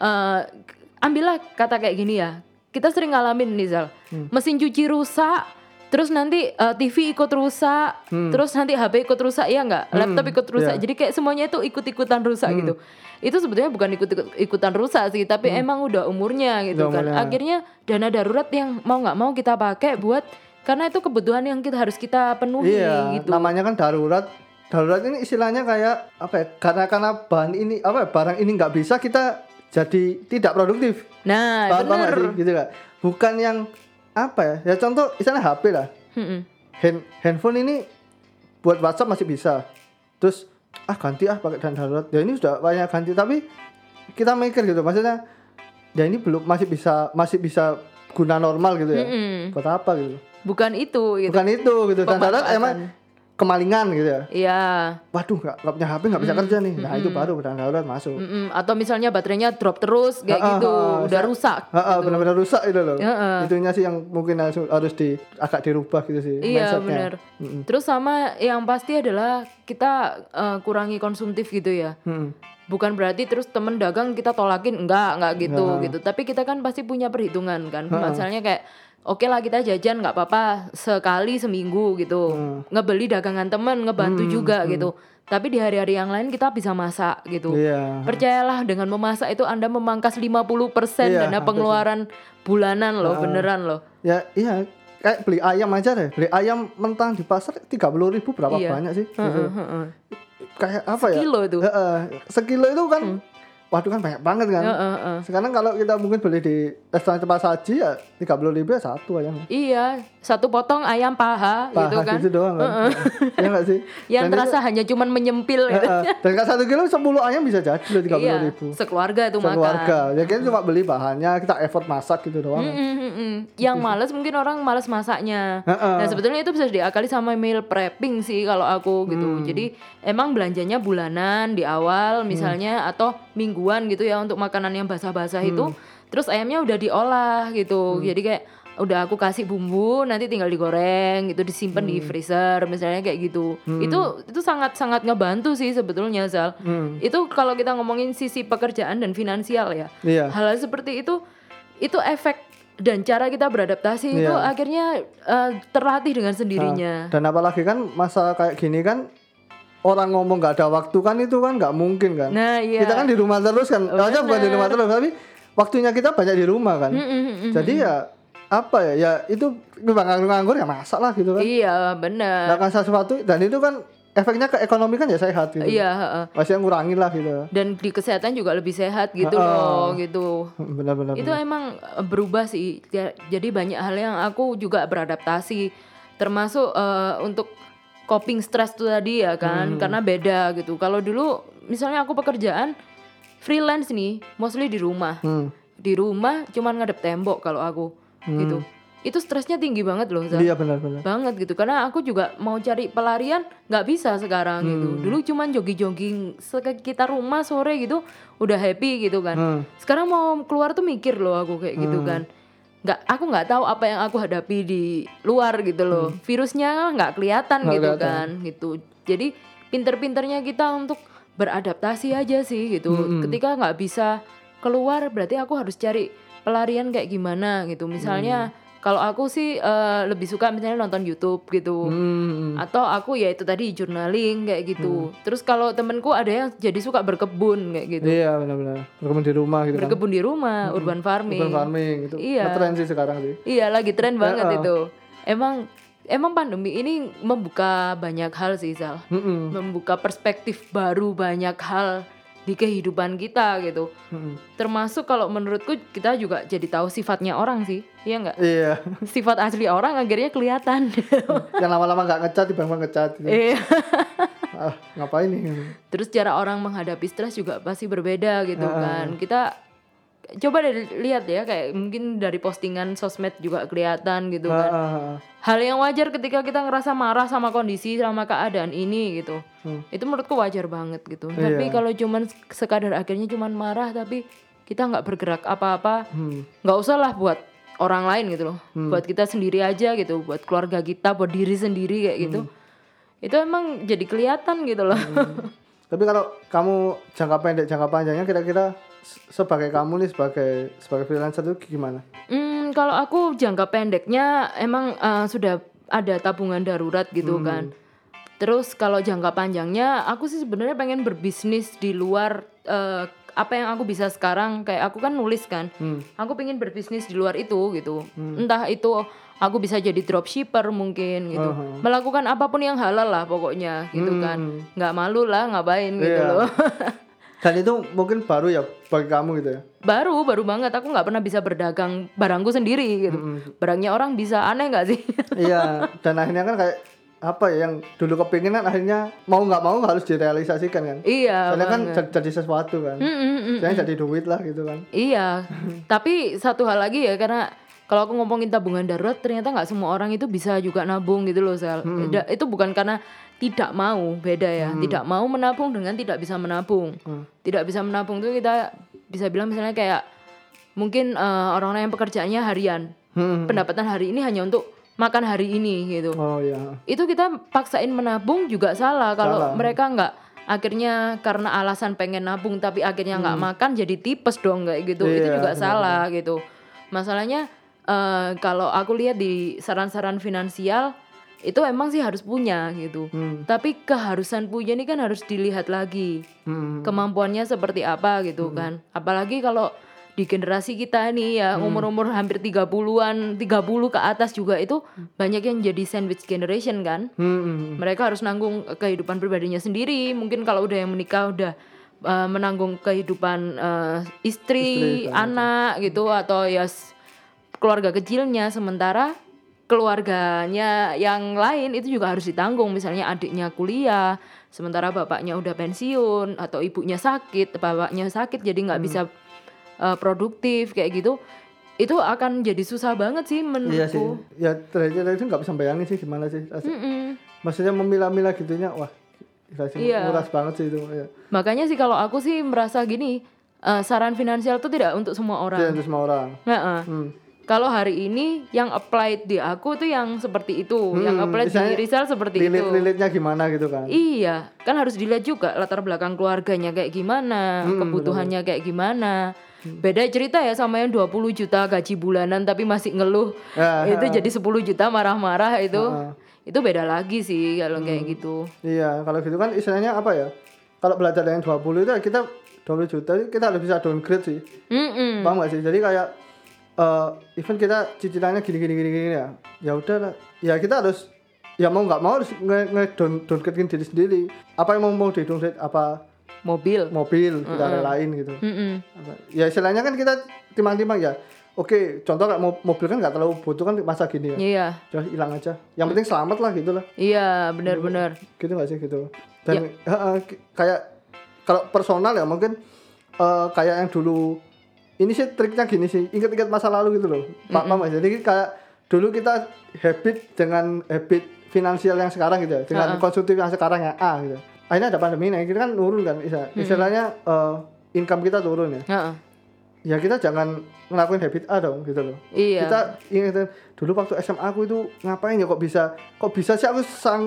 ambillah kata kayak gini ya. Kita sering ngalamin nih Zal, mesin cuci rusak, terus nanti TV ikut rusak, terus nanti HP ikut rusak, ya nggak? Laptop ikut rusak. Jadi kayak semuanya itu ikut-ikutan rusak gitu. Itu sebetulnya bukan ikutan rusak sih, tapi emang udah umurnya gitu kan. Akhirnya dana darurat yang mau nggak mau kita pakai buat, karena itu kebutuhan yang harus kita penuhi gitu. Namanya kan darurat. Darurat ini istilahnya kayak karena barang ini nggak bisa, kita jadi tidak produktif. Nah, benar. Gitu kan. Bukan yang ya contoh misalnya HP lah. Handphone ini buat WhatsApp masih bisa. Terus ganti pakai dana darurat. Ya ini sudah banyak ganti, tapi kita mikir gitu, maksudnya ya ini masih bisa guna normal gitu ya. Buat apa gitu. Bukan itu gitu. Dana darurat emang kemalingan gitu ya. Iya. Waduh, nggak punya HP, nggak bisa kerja nih. Nah itu baru dana darurat masuk. Atau misalnya baterainya drop terus kayak gitu, udah rusak. Benar-benar rusak itu loh. Itunya sih yang mungkin harus agak dirubah gitu sih. Iya benar. Terus sama yang pasti adalah kita kurangi konsumtif gitu ya. Bukan berarti terus temen dagang kita tolakin, enggak gitu. Tapi kita kan pasti punya perhitungan kan. Misalnya kayak oke lah kita jajan nggak apa-apa sekali seminggu gitu, ngebeli dagangan temen, ngebantu juga gitu. Tapi di hari-hari yang lain kita bisa masak gitu. Percayalah dengan memasak itu Anda memangkas 50% dana pengeluaran bulanan loh, beneran loh. Ya iya, kayak beli ayam aja deh, beli ayam mentah di pasar 30.000 berapa banyak sih? Kayak apa ya? Sekilo itu. Sekilo itu kan. Waduh kan banyak banget kan. Sekarang kalau kita mungkin beli di restoran cepat saji ya 30.000 ya satu ayam. Iya, satu potong ayam paha gitu kan. Gitu doang kan. Iya enggak sih? Yang terasa hanya cuman menyempil gitu. Dan kalau 1 kilo 10 ayam bisa jadi loh 30.000. Iya, sekeluarga itu makan. Sekeluarga. Ya kita cuma beli bahannya, kita effort masak gitu doang. Yang malas mungkin orang malas masaknya. Nah, sebetulnya itu bisa diakali sama meal prepping sih kalau aku gitu. Jadi emang belanjanya bulanan di awal misalnya atau mingguan gitu ya untuk makanan yang basah-basah itu. Terus ayamnya udah diolah gitu. Jadi kayak udah aku kasih bumbu, nanti tinggal digoreng gitu, disimpan di freezer misalnya kayak gitu. Itu sangat-sangat ngebantu sih sebetulnya Zal. Itu kalau kita ngomongin sisi pekerjaan dan finansial ya. Hal seperti itu efek dan cara kita beradaptasi itu akhirnya terlatih dengan sendirinya. Dan apalagi kan masa kayak gini kan orang ngomong nggak ada waktu kan, itu kan nggak mungkin kan. Nah, iya. Kita kan di rumah terus kan, bukan di rumah terus, tapi waktunya kita banyak di rumah kan. Jadi ya itu nganggur ya masak lah gitu kan. Iya benar. Lakukan sesuatu, dan itu kan efeknya ke ekonomi kan ya sehat gitu. Iya. Masih ngurangin lah gitu. Dan di kesehatan juga lebih sehat gitu loh gitu. Benar. Itu emang berubah sih. Jadi banyak hal yang aku juga beradaptasi, termasuk untuk coping stress tuh tadi ya kan, karena beda gitu. Kalau dulu misalnya aku pekerjaan freelance nih, mostly di rumah. Di rumah cuman ngadep tembok kalau aku gitu. Itu stresnya tinggi banget loh, Zal. Iya benar. Banget gitu. Karena aku juga mau cari pelarian nggak bisa sekarang gitu. Dulu cuman jogging-jogging sekitar rumah sore gitu udah happy gitu kan. Sekarang mau keluar tuh mikir loh aku kayak gitu kan. Aku nggak tahu apa yang aku hadapi di luar gitu loh. Virusnya nggak kelihatan gitu kan gitu. Jadi pinter-pinternya kita untuk beradaptasi aja sih gitu. Ketika nggak bisa keluar berarti aku harus cari pelarian kayak gimana gitu. Misalnya kalau aku sih lebih suka misalnya nonton YouTube gitu. Atau aku ya itu tadi journaling kayak gitu. Terus kalau temenku ada yang jadi suka berkebun kayak gitu. Iya benar. Berkebun di rumah gitu Berkebun di rumah, urban farming. Urban farming itu. Iya. Ngetren sih sekarang sih. Iya, lagi tren banget itu. Emang pandemi ini membuka banyak hal sih, Zal. Membuka perspektif baru banyak hal di kehidupan kita gitu. Termasuk kalau menurutku kita juga jadi tahu sifatnya orang sih. Iya enggak? Iya. Sifat asli orang akhirnya kelihatan. Yang lama-lama nggak ngecat tiba-tiba ngecat gitu. Iya. Ngapain nih? Terus cara orang menghadapi stres juga pasti berbeda gitu kan. Kita coba deh lihat ya, kayak mungkin dari postingan sosmed juga kelihatan gitu kan. Hal yang wajar ketika kita ngerasa marah sama kondisi, sama keadaan ini gitu. Itu menurutku wajar banget gitu. Tapi kalau cuman sekadar akhirnya cuman marah tapi kita nggak bergerak apa-apa, nggak usah lah buat orang lain gitu loh. Buat kita sendiri aja gitu, buat keluarga kita, buat diri sendiri kayak gitu. Itu emang jadi kelihatan gitu loh. Tapi kalau kamu jangka pendek, jangka panjangnya kira-kira sebagai kamu nih sebagai freelancer itu gimana? Kalau aku jangka pendeknya emang sudah ada tabungan darurat gitu kan. Terus kalau jangka panjangnya aku sih sebenarnya pengen berbisnis di luar apa yang aku bisa sekarang. Kayak aku kan nulis kan. Aku pengen berbisnis di luar itu gitu. Entah itu aku bisa jadi dropshipper mungkin gitu. Melakukan apapun yang halal lah pokoknya gitu kan. Nggak malu lah ngapain gitu loh. Dan itu mungkin baru ya bagi kamu gitu ya? Baru banget. Aku nggak pernah bisa berdagang barangku sendiri gitu. Barangnya orang bisa, aneh nggak sih? Iya. Dan akhirnya kan kayak apa ya, yang dulu kepinginan akhirnya mau nggak mau harus direalisasikan kan? Iya. Soalnya kan jadi sesuatu kan. Soalnya jadi duit lah gitu kan. Iya. Tapi satu hal lagi ya, karena kalau aku ngomongin tabungan darurat, ternyata nggak semua orang itu bisa juga nabung gitu loh, Sal. Itu bukan karena tidak mau, beda ya. Tidak mau menabung dengan tidak bisa menabung. Tidak bisa menabung itu kita bisa bilang misalnya kayak mungkin orang-orang yang pekerjaannya harian. Pendapatan hari ini hanya untuk makan hari ini gitu. Oh iya. Itu kita paksain menabung juga salah. Kalau mereka nggak, akhirnya karena alasan pengen nabung tapi akhirnya nggak makan, jadi tipes dong kayak gitu. Itu juga salah gitu. Masalahnya kalau aku lihat di saran-saran finansial itu emang sih harus punya gitu. Tapi keharusan punya ini kan harus dilihat lagi. Kemampuannya seperti apa gitu kan. Apalagi kalau di generasi kita nih ya, umur-umur hampir 30-an, 30 ke atas juga itu banyak yang jadi sandwich generation kan. Mereka harus nanggung kehidupan pribadinya sendiri. Mungkin kalau udah yang menikah udah menanggung kehidupan istri anak gitu, atau ya keluarga kecilnya, sementara keluarganya yang lain itu juga harus ditanggung. Misalnya adiknya kuliah, sementara bapaknya udah pensiun, atau ibunya sakit, bapaknya sakit jadi nggak bisa produktif kayak gitu. Itu akan jadi susah banget sih menurutku. Iya sih. Ya terakhir itu nggak bisa bayangin sih gimana sih. Maksudnya memilah-milah gitunya, wah muras banget sih itu. Ya. Makanya sih kalau aku sih merasa gini, saran finansial itu tidak untuk semua orang. Tidak untuk semua orang. Kalau hari ini yang applied di aku tuh yang seperti itu, yang applied di Rizal seperti itu. Lilit-lilitnya gimana gitu kan? Iya, kan harus dilihat juga latar belakang keluarganya kayak gimana, kebutuhannya kayak gimana. Beda cerita ya sama yang 20 juta gaji bulanan tapi masih ngeluh. Itu jadi 10 juta marah-marah itu. Itu beda lagi sih kalau kayak gitu. Iya, kalau gitu kan istilahnya apa ya? Kalau belajar dengan 20 itu kita 20 juta kita harus bisa downgrade sih. Paham gak sih? Jadi kayak even kita cicilannya gini ya. Ya udah lah. Ya kita harus, ya mau nggak mau harus downgrade diri sendiri. Apa yang mau di downgrade, apa mobil kita relain gitu. Ya istilahnya kan kita timang-timang ya. Oke, contoh kayak mobil kan nggak terlalu butuh kan masa gini ya. Iya. Just hilang aja. Yang penting selamat lah gitu lah. Iya, benar-benar. Gitu nggak sih gitu. Dan kayak kalau personal ya mungkin kayak yang dulu. Ini sih triknya gini sih, ingat-ingat masa lalu gitu loh, Pak Mama. Jadi kayak dulu kita habit finansial yang sekarang gitu ya, dengan konsumtif yang sekarang yang A gitu. Akhirnya ada pandemi ini, kita kan turun kan, istilahnya income kita turun ya. Ya kita jangan ngelakuin habit A dong gitu loh. Iya. Kita ingat dulu waktu SMA aku itu ngapain ya, kok bisa sih aku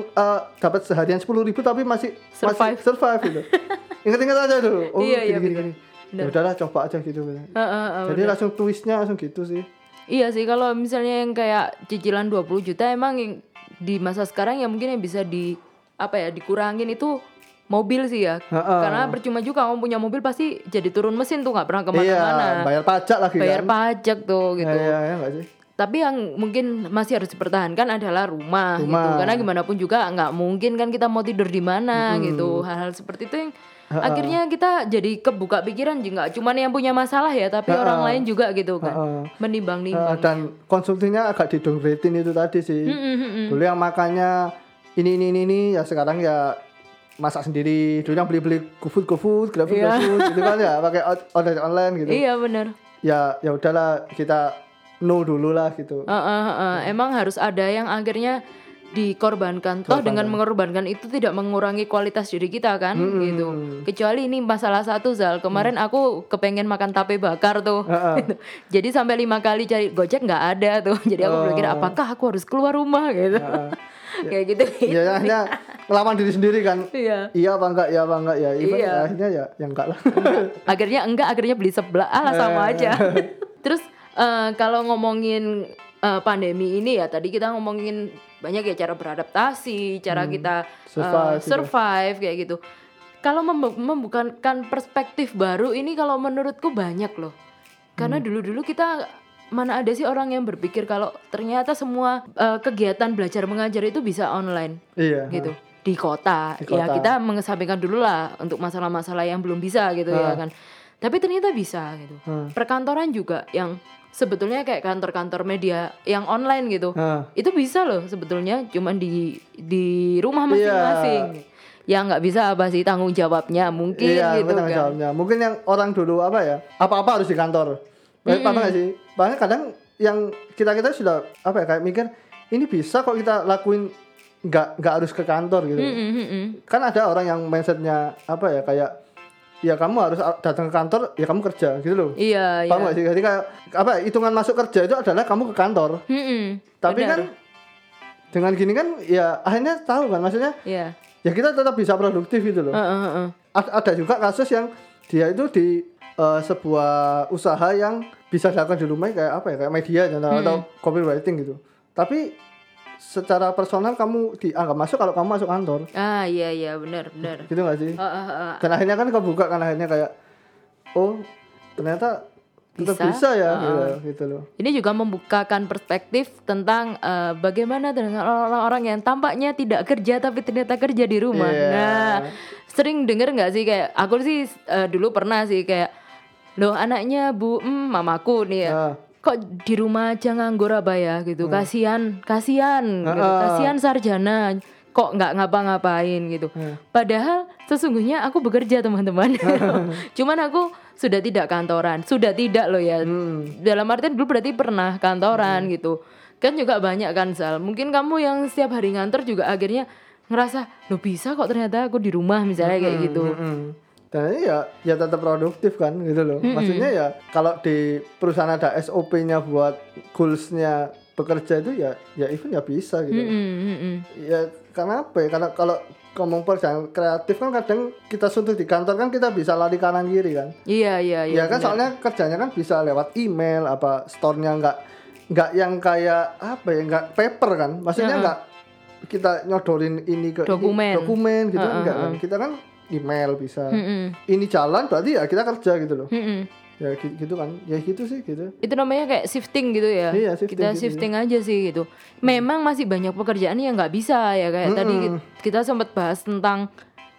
dapat seharian 10.000 tapi masih survive gitu. Ingat-ingat aja dulu. Oh gini. Ya udahlah coba aja gitu. Jadi langsung twistnya langsung gitu sih. Iya sih, kalau misalnya yang kayak cicilan 20 juta emang yang di masa sekarang ya mungkin yang bisa dikurangin itu mobil sih ya. Karena percuma juga kamu punya mobil pasti jadi turun mesin tuh, nggak pernah kemana-mana. Iya, bayar pajak lagi bayar kan. pajak tuh gitu. Iya nggak sih. Tapi yang mungkin masih harus dipertahankan adalah rumah. Gitu. Karena gimana pun juga nggak mungkin kan kita mau tidur di mana gitu. Hal-hal seperti itu yang akhirnya kita jadi kebuka pikiran juga, cuman yang punya masalah ya, tapi orang lain juga gitu kan. Menimbang-nimbang. Dan konsumsinya agak di-downgradein itu tadi sih. Dulu yang makannya ini ya sekarang ya masak sendiri. Dulu yang beli GoFood, GrabFood gitu kan ya, pakai order online gitu. Iya benar. Ya udahlah, kita no dulu lah gitu. Emang harus ada yang akhirnya dikorbankan. Toh dengan mengorbankan itu tidak mengurangi kualitas diri kita kan gitu. Kecuali ini masalah satu Zal. Kemarin aku kepengen makan tape bakar tuh. Jadi sampai 5 kali cari Gojek nggak ada tuh. Jadi aku berpikir apakah aku harus keluar rumah gitu. Kayak gitu. Ya hanya ngelawan diri sendiri kan. Iya apa enggak ya. Akhirnya ya enggak lah. akhirnya beli sebelah sama aja. Terus kalau ngomongin pandemi ini ya, tadi kita ngomongin banyak ya cara beradaptasi, cara kita survive kayak gitu. Kalau membukakan perspektif baru ini kalau menurutku banyak loh. Karena dulu-dulu kita mana ada sih orang yang berpikir kalau ternyata semua kegiatan belajar mengajar itu bisa online. Iya. Gitu. Di kota. Ya kita mengesampingkan dulu lah untuk masalah-masalah yang belum bisa gitu ya kan. Tapi ternyata bisa gitu. Perkantoran juga yang sebetulnya kayak kantor-kantor media yang online gitu. Itu bisa loh sebetulnya, cuman di rumah masing-masing. Ya nggak bisa apa sih tanggung jawabnya mungkin gitu kan. Jawabnya. Mungkin yang orang dulu apa-apa harus di kantor. Apa nggak sih? Bahkan kadang yang kita sudah kayak mikir ini bisa kok kita lakuin nggak harus ke kantor gitu. Kan ada orang yang mindsetnya kayak ya kamu harus datang ke kantor, ya kamu kerja gitu loh. Iya. Paham nggak sih? Jadi kayak hitungan masuk kerja itu adalah kamu ke kantor. Tapi benar. kan dengan gini kan ya akhirnya tahu kan maksudnya. Iya. Ya kita tetap bisa produktif gitu loh. Ada juga kasus yang dia itu di sebuah usaha yang bisa dilakukan di rumah kayak media atau copywriting gitu. Tapi secara personal kamu dianggap masuk kalau kamu masuk kantor. Iya benar. Gitu nggak sih? Dan akhirnya kan kebuka kan akhirnya kayak ternyata bisa ya gitu loh. Ini juga membukakan perspektif tentang bagaimana dengan orang-orang yang tampaknya tidak kerja tapi ternyata kerja di rumah. Nah, sering dengar nggak sih kayak aku sih dulu pernah sih kayak loh anaknya mamaku nih ya. Kok di rumah aja nganggur ya gitu. Kasihan gitu. Kasihan sarjana kok nggak ngapa-ngapain gitu. Padahal sesungguhnya aku bekerja teman-teman. Cuman aku sudah tidak kantoran. Sudah tidak loh ya. Dalam artian dulu berarti pernah kantoran gitu. Kan juga banyak kan Sal. Mungkin kamu yang setiap hari ngantor juga akhirnya ngerasa loh bisa kok ternyata aku di rumah misalnya kayak gitu. Dan ini ya tetap produktif kan gitu loh. Maksudnya ya kalau di perusahaan ada SOP-nya buat goals-nya bekerja itu ya even ya bisa gitu. Ya karena apa ya? Karena kalau ngomong pekerjaan kreatif kan kadang kita suntuk di kantor kan kita bisa lari kanan kiri kan. Iya. Ya kan bener. Soalnya kerjanya kan bisa lewat email store-nya nggak yang kayak nggak paper kan. Maksudnya nggak kita nyodorin ini ke dokumen gitu enggak kan. Kita kan email bisa. Ini jalan berarti ya kita kerja gitu loh. Ya gitu kan. Ya gitu sih gitu. Itu namanya kayak shifting gitu ya. Iya, shifting aja sih gitu. Memang masih banyak pekerjaan yang nggak bisa ya kayak tadi kita sempat bahas tentang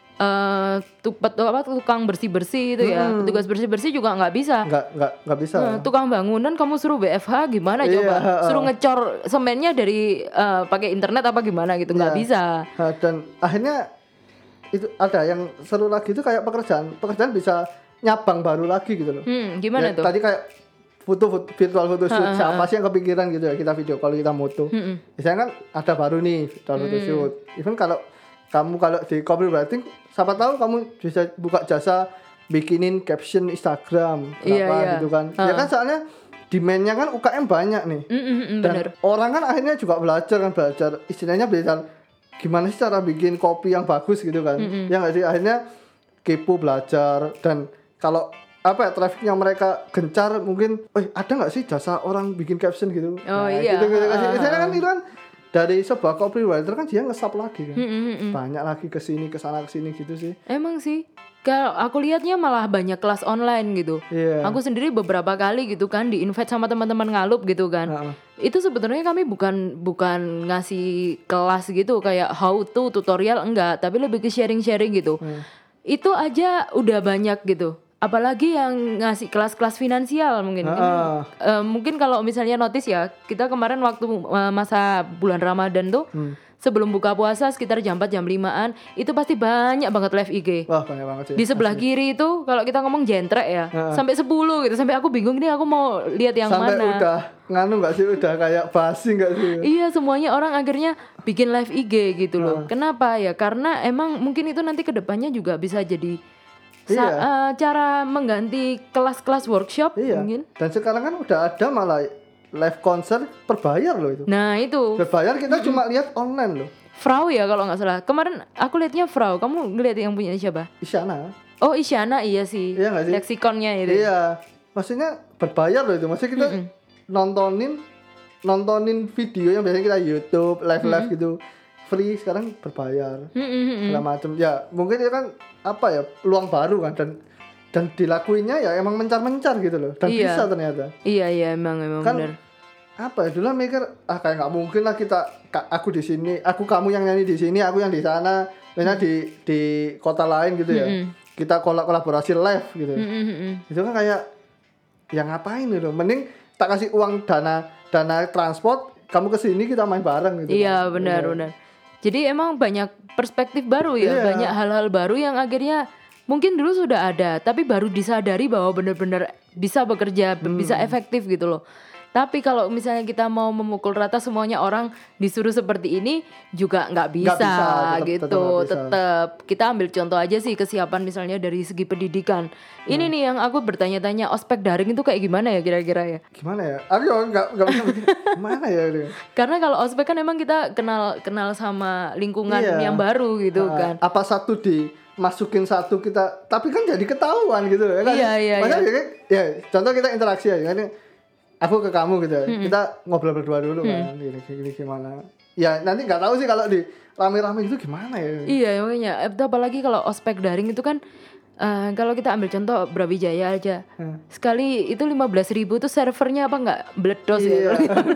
tukang bersih-bersih itu ya. Petugas bersih-bersih juga nggak bisa. Nggak bisa. Tukang bangunan kamu suruh BFH gimana coba? Suruh ngecor semennya dari pakai internet apa gimana gitu nggak bisa. Dan akhirnya itu ada yang seru lagi itu kayak pekerjaan bisa nyabang baru lagi gitu loh. Gimana Ya, tuh? Tadi kayak virtual photo shoot, siapa sih yang kepikiran gitu ya kita video call, kita moto. Biasanya kan ada baru nih virtual photo shoot. Even kalau di copywriting, siapa tahu kamu bisa buka jasa bikinin caption Instagram Iya. gitu kan. Ya kan soalnya demand-nya kan UKM banyak nih. Dan Bener. orang kan akhirnya juga belajar istilahnya belajar gimana sih cara bikin copy yang bagus gitu kan. Ya nggak sih, akhirnya kepo belajar. Dan kalau trafficnya mereka gencar, mungkin ada nggak sih jasa orang bikin caption gitu. Iya. Gitu istilahnya kan itu kan dari sebuah copywriter kan dia nge-sub lagi kan. Banyak lagi kesini kesana kesini gitu sih. Emang sih, kalau aku lihatnya malah banyak kelas online gitu. Iya. Aku sendiri beberapa kali gitu kan di-invite sama teman-teman Ngalup gitu kan. Itu sebetulnya kami bukan ngasih kelas gitu kayak how to tutorial, enggak, tapi lebih ke sharing-sharing gitu. Itu aja udah banyak gitu. Apalagi yang ngasih kelas-kelas finansial mungkin. Mungkin kalau misalnya notice ya, kita kemarin waktu masa bulan Ramadan tuh sebelum buka puasa sekitar jam 4 jam 5-an itu pasti banyak banget live IG. Wah, banyak banget sih. Di sebelah kiri itu kalau kita ngomong jentrek ya, sampai 10 gitu. Sampai aku bingung nih aku mau lihat yang sampai mana. udah nganu nggak sih, udah kayak basi nggak sih? Iya, semuanya orang akhirnya bikin live IG gitu loh. Kenapa ya? Karena emang mungkin itu nanti kedepannya juga bisa jadi cara mengganti kelas-kelas workshop mungkin. Dan sekarang kan udah ada malah live konser berbayar loh itu. Nah itu Berbayar kita cuma lihat online loh. Frau ya kalau nggak salah. Kemarin aku lihatnya Frau. Kamu ngeliat yang punya siapa? Isyana. Oh Isyana, iya sih. Iya nggak sih? Lexiconnya itu. Iya. Maksudnya berbayar loh itu. Maksudnya kita nontonin video yang biasanya kita YouTube live gitu free, sekarang berbayar. Segala macam. Ya mungkin itu kan peluang baru kan, dan dilakuinnya ya emang mencar-mencar gitu loh, dan bisa ternyata. Iya emang Kan benar. Dulu mikir kayak nggak mungkin lah aku di sini, kamu yang nyanyi di sini, aku yang di sana, misalnya di kota lain gitu ya. Kita kolaborasi live gitu. Itu kan kayak ya ngapain gitu. Mending tak kasih uang dana transport, kamu kesini kita main bareng gitu. Iya benar. Jadi emang banyak perspektif baru ya, banyak hal-hal baru yang akhirnya mungkin dulu sudah ada, tapi baru disadari bahwa benar-benar bisa bekerja, bisa efektif gitu loh. Tapi kalau misalnya kita mau memukul rata semuanya orang disuruh seperti ini juga nggak bisa, gitu. Tetap kita ambil contoh aja sih kesiapan misalnya dari segi pendidikan. Ini nih yang aku bertanya-tanya, ospek daring itu kayak gimana ya kira-kira ya? Gimana ya? Aku nggak bisa mikir gimana ya itu. Karena kalau ospek kan emang kita kenal sama lingkungan yang baru gitu kan. Apa satu masukin satu kita, tapi kan jadi ketahuan gitu ya kan? Iya. Ya contoh kita interaksi aja kan. Aku ke kamu gitu ya, kita ngobrol berdua dulu kan, gini gimana. Ya nanti nggak tahu sih kalau di rame-rame itu gimana ya. Iya makanya, apalagi kalau ospek daring itu kan, kalau kita ambil contoh Brawijaya aja, sekali itu 15.000 tuh servernya apa nggak meledos ya.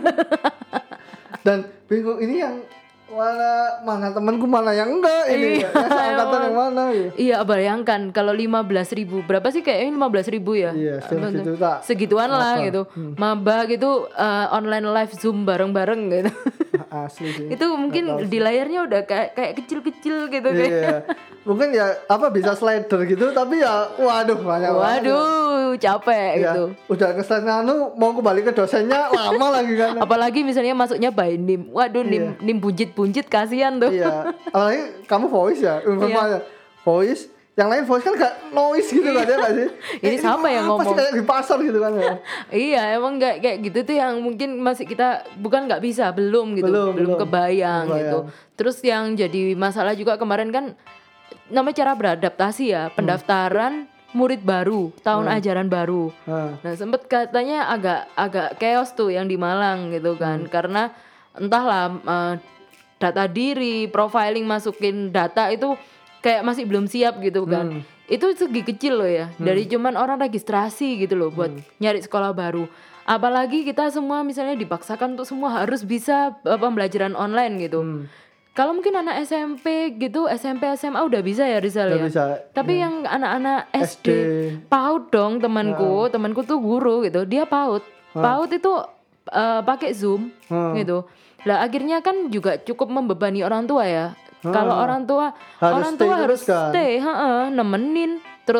Dan bingung ini yang mana temanku, mana yang enggak ini angkatan yang mana ya. Iya bayangkan kalau 15.000 berapa sih, kayaknya 15.000 ya. Iya segitu segituan lah gitu. Maba gitu online live Zoom bareng-bareng gitu. Asli sih. Itu mungkin di layarnya udah kayak kecil-kecil gitu iya. Mungkin ya bisa slider gitu, tapi ya waduh banyak capek ya, gitu. Udah kesan mau kembali ke dosennya lama lagi kan. Apalagi misalnya masuknya by NIM. Waduh NIM bunjit kasihan tuh. Iya. Apalagi kamu voice ya, voice. Yang lain voice kan gak noise gitu kan ya gak sih? Ini siapa yang ngomong? Pasti kayak di pasar gitu kan ya. Iya emang kayak gitu tuh yang mungkin masih kita bukan nggak bisa, belum gitu, belum kebayang gitu. Terus yang jadi masalah juga kemarin kan namanya cara beradaptasi ya, pendaftaran murid baru, tahun ajaran baru. Nah sempet katanya agak chaos tuh yang di Malang gitu kan, karena entahlah data diri, profiling masukin data itu kayak masih belum siap gitu kan. Itu segi kecil loh ya, dari cuman orang registrasi gitu loh buat nyari sekolah baru. Apalagi kita semua misalnya dipaksakan untuk semua harus bisa pembelajaran online gitu. Kalau mungkin anak SMP gitu, SMP SMA udah bisa ya Rizal ya. Bisa. Tapi yang anak-anak SD PAUD dong, temanku tuh guru gitu, dia PAUD. PAUD itu pakai Zoom gitu. Lah akhirnya kan juga cukup membebani orang tua ya. Kalau orang tua harus stay, nemenin, terus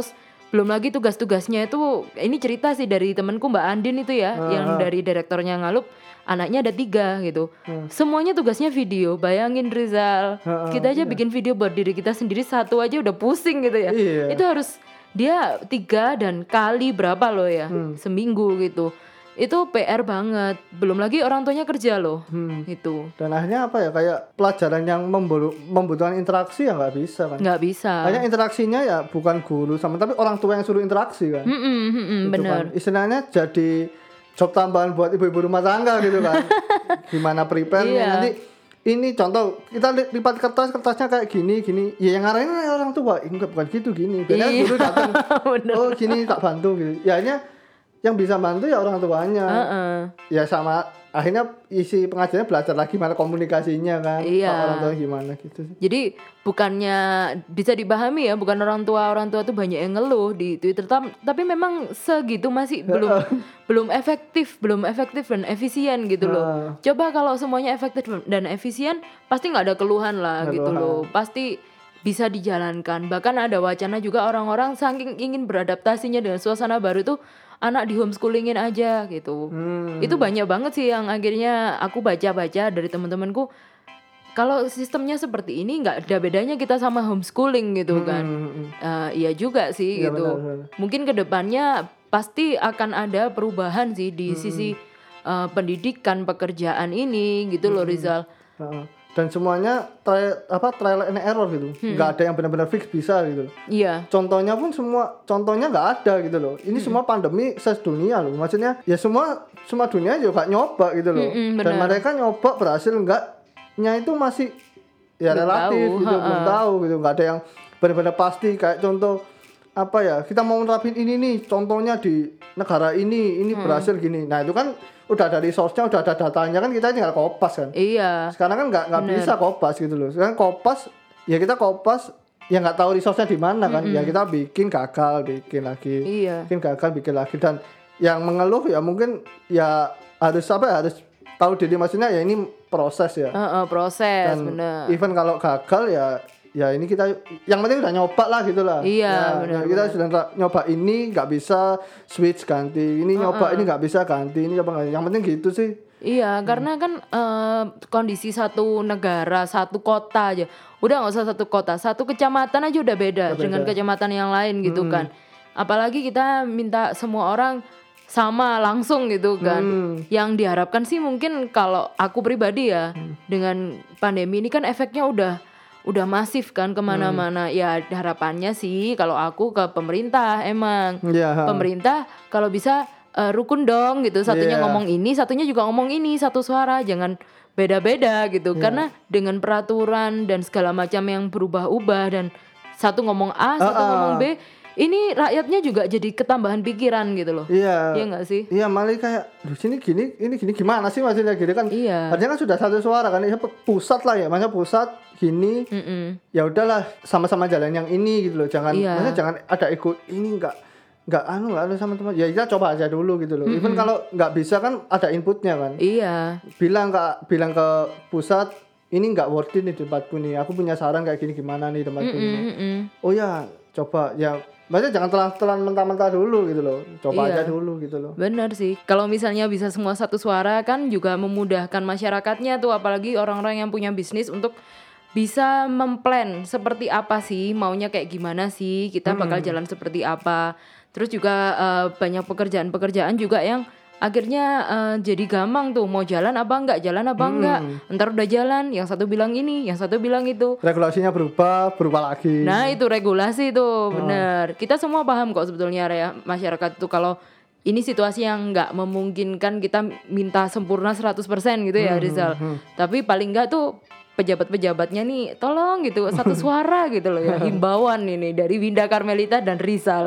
Belum lagi tugas-tugasnya itu, ini cerita sih dari temanku Mbak Andin itu ya, yang dari direktornya Ngalup, anaknya ada 3 gitu. Semuanya tugasnya video. Bayangin Rizal, kita aja bikin video buat diri kita sendiri 1 aja udah pusing gitu ya. Iya. Itu harus dia 3 dan kali berapa loh ya, seminggu gitu. Itu PR banget. Belum lagi orang tuanya kerja loh. Itu. Dan akhirnya apa ya, kayak pelajaran yang membutuhkan interaksi ya nggak bisa kan. Nggak bisa. Hanya interaksinya ya bukan guru sama, tapi orang tua yang suruh interaksi kan. Itu bener. kan. Istilahnya jadi job tambahan buat ibu-ibu rumah tangga gitu kan. Gimana prepare nih, nanti ini contoh kita lipat kertasnya kayak gini. Ya yang ngarahin orang tua, enggak bukan gitu gini. Biasanya guru datang, oh gini tak bantu gitu. Ya hanya yang bisa bantu ya orang tuanya. Ya sama akhirnya isi pengajarannya belajar lagi gimana komunikasinya kan. Orang tua gimana gitu. Jadi bukannya bisa dipahami ya, bukan orang tua tuh banyak yang ngeluh di Twitter, tapi memang segitu masih belum efektif dan efisien gitu loh. Coba kalau semuanya efektif dan efisien, pasti nggak ada keluhan lah gitu loh. Pasti bisa dijalankan. Bahkan ada wacana juga orang-orang saking ingin beradaptasinya dengan suasana baru tuh anak di homeschoolingin aja gitu. Itu banyak banget sih yang akhirnya aku baca-baca dari teman-temanku. Kalau sistemnya seperti ini nggak ada bedanya kita sama homeschooling gitu kan. Iya juga sih gitu. Benar. Mungkin kedepannya pasti akan ada perubahan sih di sisi pendidikan pekerjaan ini gitu loh Rizal. Dan semuanya trial and error gitu. Nggak ada yang benar-benar fix bisa gitu. Iya. Contohnya nggak ada gitu loh. Ini semua pandemi sedunia loh. Maksudnya ya semua dunia juga nyoba gitu loh. Dan mereka nyoba berhasil enggaknya itu masih ya belum relatif tahu, gitu, belum tahu gitu. Nggak ada yang benar-benar pasti. Kayak contoh apa ya, kita mau nerapin ini nih, contohnya di negara ini berhasil gini. Nah itu kan udah ada resource-nya, udah ada datanya kan, kita tinggal kopas kan. Iya. Sekarang kan nggak bisa kopas gitu loh. Sekarang kopas ya ya nggak tahu resource-nya di mana kan. Ya kita bikin gagal, bikin lagi. Iya. Bikin gagal, bikin lagi. Dan yang mengeluh ya mungkin ya harus tahu diri, maksudnya ya ini proses ya. Proses. Dan bener. even kalau gagal ya ini kita yang penting udah nyoba lah gitu lah. Iya, ya, kita sudah nyoba ini nggak bisa, switch ganti ini, nyoba ini nggak bisa, ganti ini, coba ganti. Yang penting gitu sih. Iya, karena kan kondisi satu negara, satu kota aja, udah nggak usah satu kota, satu kecamatan aja udah beda dengan kecamatan yang lain gitu kan. Apalagi kita minta semua orang sama langsung gitu kan. Yang diharapkan sih mungkin kalau aku pribadi ya, dengan pandemi ini kan efeknya udah masif kan kemana-mana. Ya harapannya sih kalau aku ke pemerintah emang. Pemerintah kalau bisa rukun dong gitu. Satunya ngomong ini, satunya juga ngomong ini, satu suara, jangan beda-beda gitu. Karena dengan peraturan dan segala macam yang berubah-ubah dan satu ngomong A, satu ngomong B, ini rakyatnya juga jadi ketambahan pikiran gitu loh. Iya nggak sih? Iya, malah kayak sini gini, ini gini gimana sih maksudnya gitu kan? Iya. Artinya kan sudah satu suara kan, pusat lah ya, maksudnya pusat gini. Ya udahlah, sama-sama jalan yang ini gitu loh. Maksudnya jangan ada ikut ini nggak sama teman. Ya kita coba aja dulu gitu loh. Even kalau nggak bisa kan ada inputnya kan. Iya. Bilang ke pusat, ini nggak worth it nih tempatku nih. Aku punya saran kayak gini, gimana nih tempatku nih. Oh ya, coba ya. Maksudnya jangan telan mentah-mentah dulu gitu loh. Coba aja dulu gitu loh. Benar sih. Kalau misalnya bisa semua satu suara kan juga memudahkan masyarakatnya tuh, apalagi orang-orang yang punya bisnis untuk bisa memplan seperti apa sih, maunya kayak gimana sih, kita bakal jalan seperti apa. Terus juga banyak pekerjaan-pekerjaan juga yang akhirnya jadi gampang tuh, mau jalan apa enggak, entar udah jalan, yang satu bilang ini, yang satu bilang itu, regulasinya berubah lagi. Nah itu regulasi tuh bener. Kita semua paham kok sebetulnya ya, masyarakat tuh kalau ini situasi yang nggak memungkinkan kita minta sempurna 100% gitu ya Rizal. Tapi paling enggak tuh pejabat-pejabatnya nih tolong gitu, satu suara gitu loh ya, himbauan ini dari Winda Karmelita dan Rizal.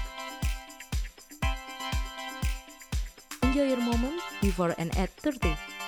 Enjoy your moment before and at 30.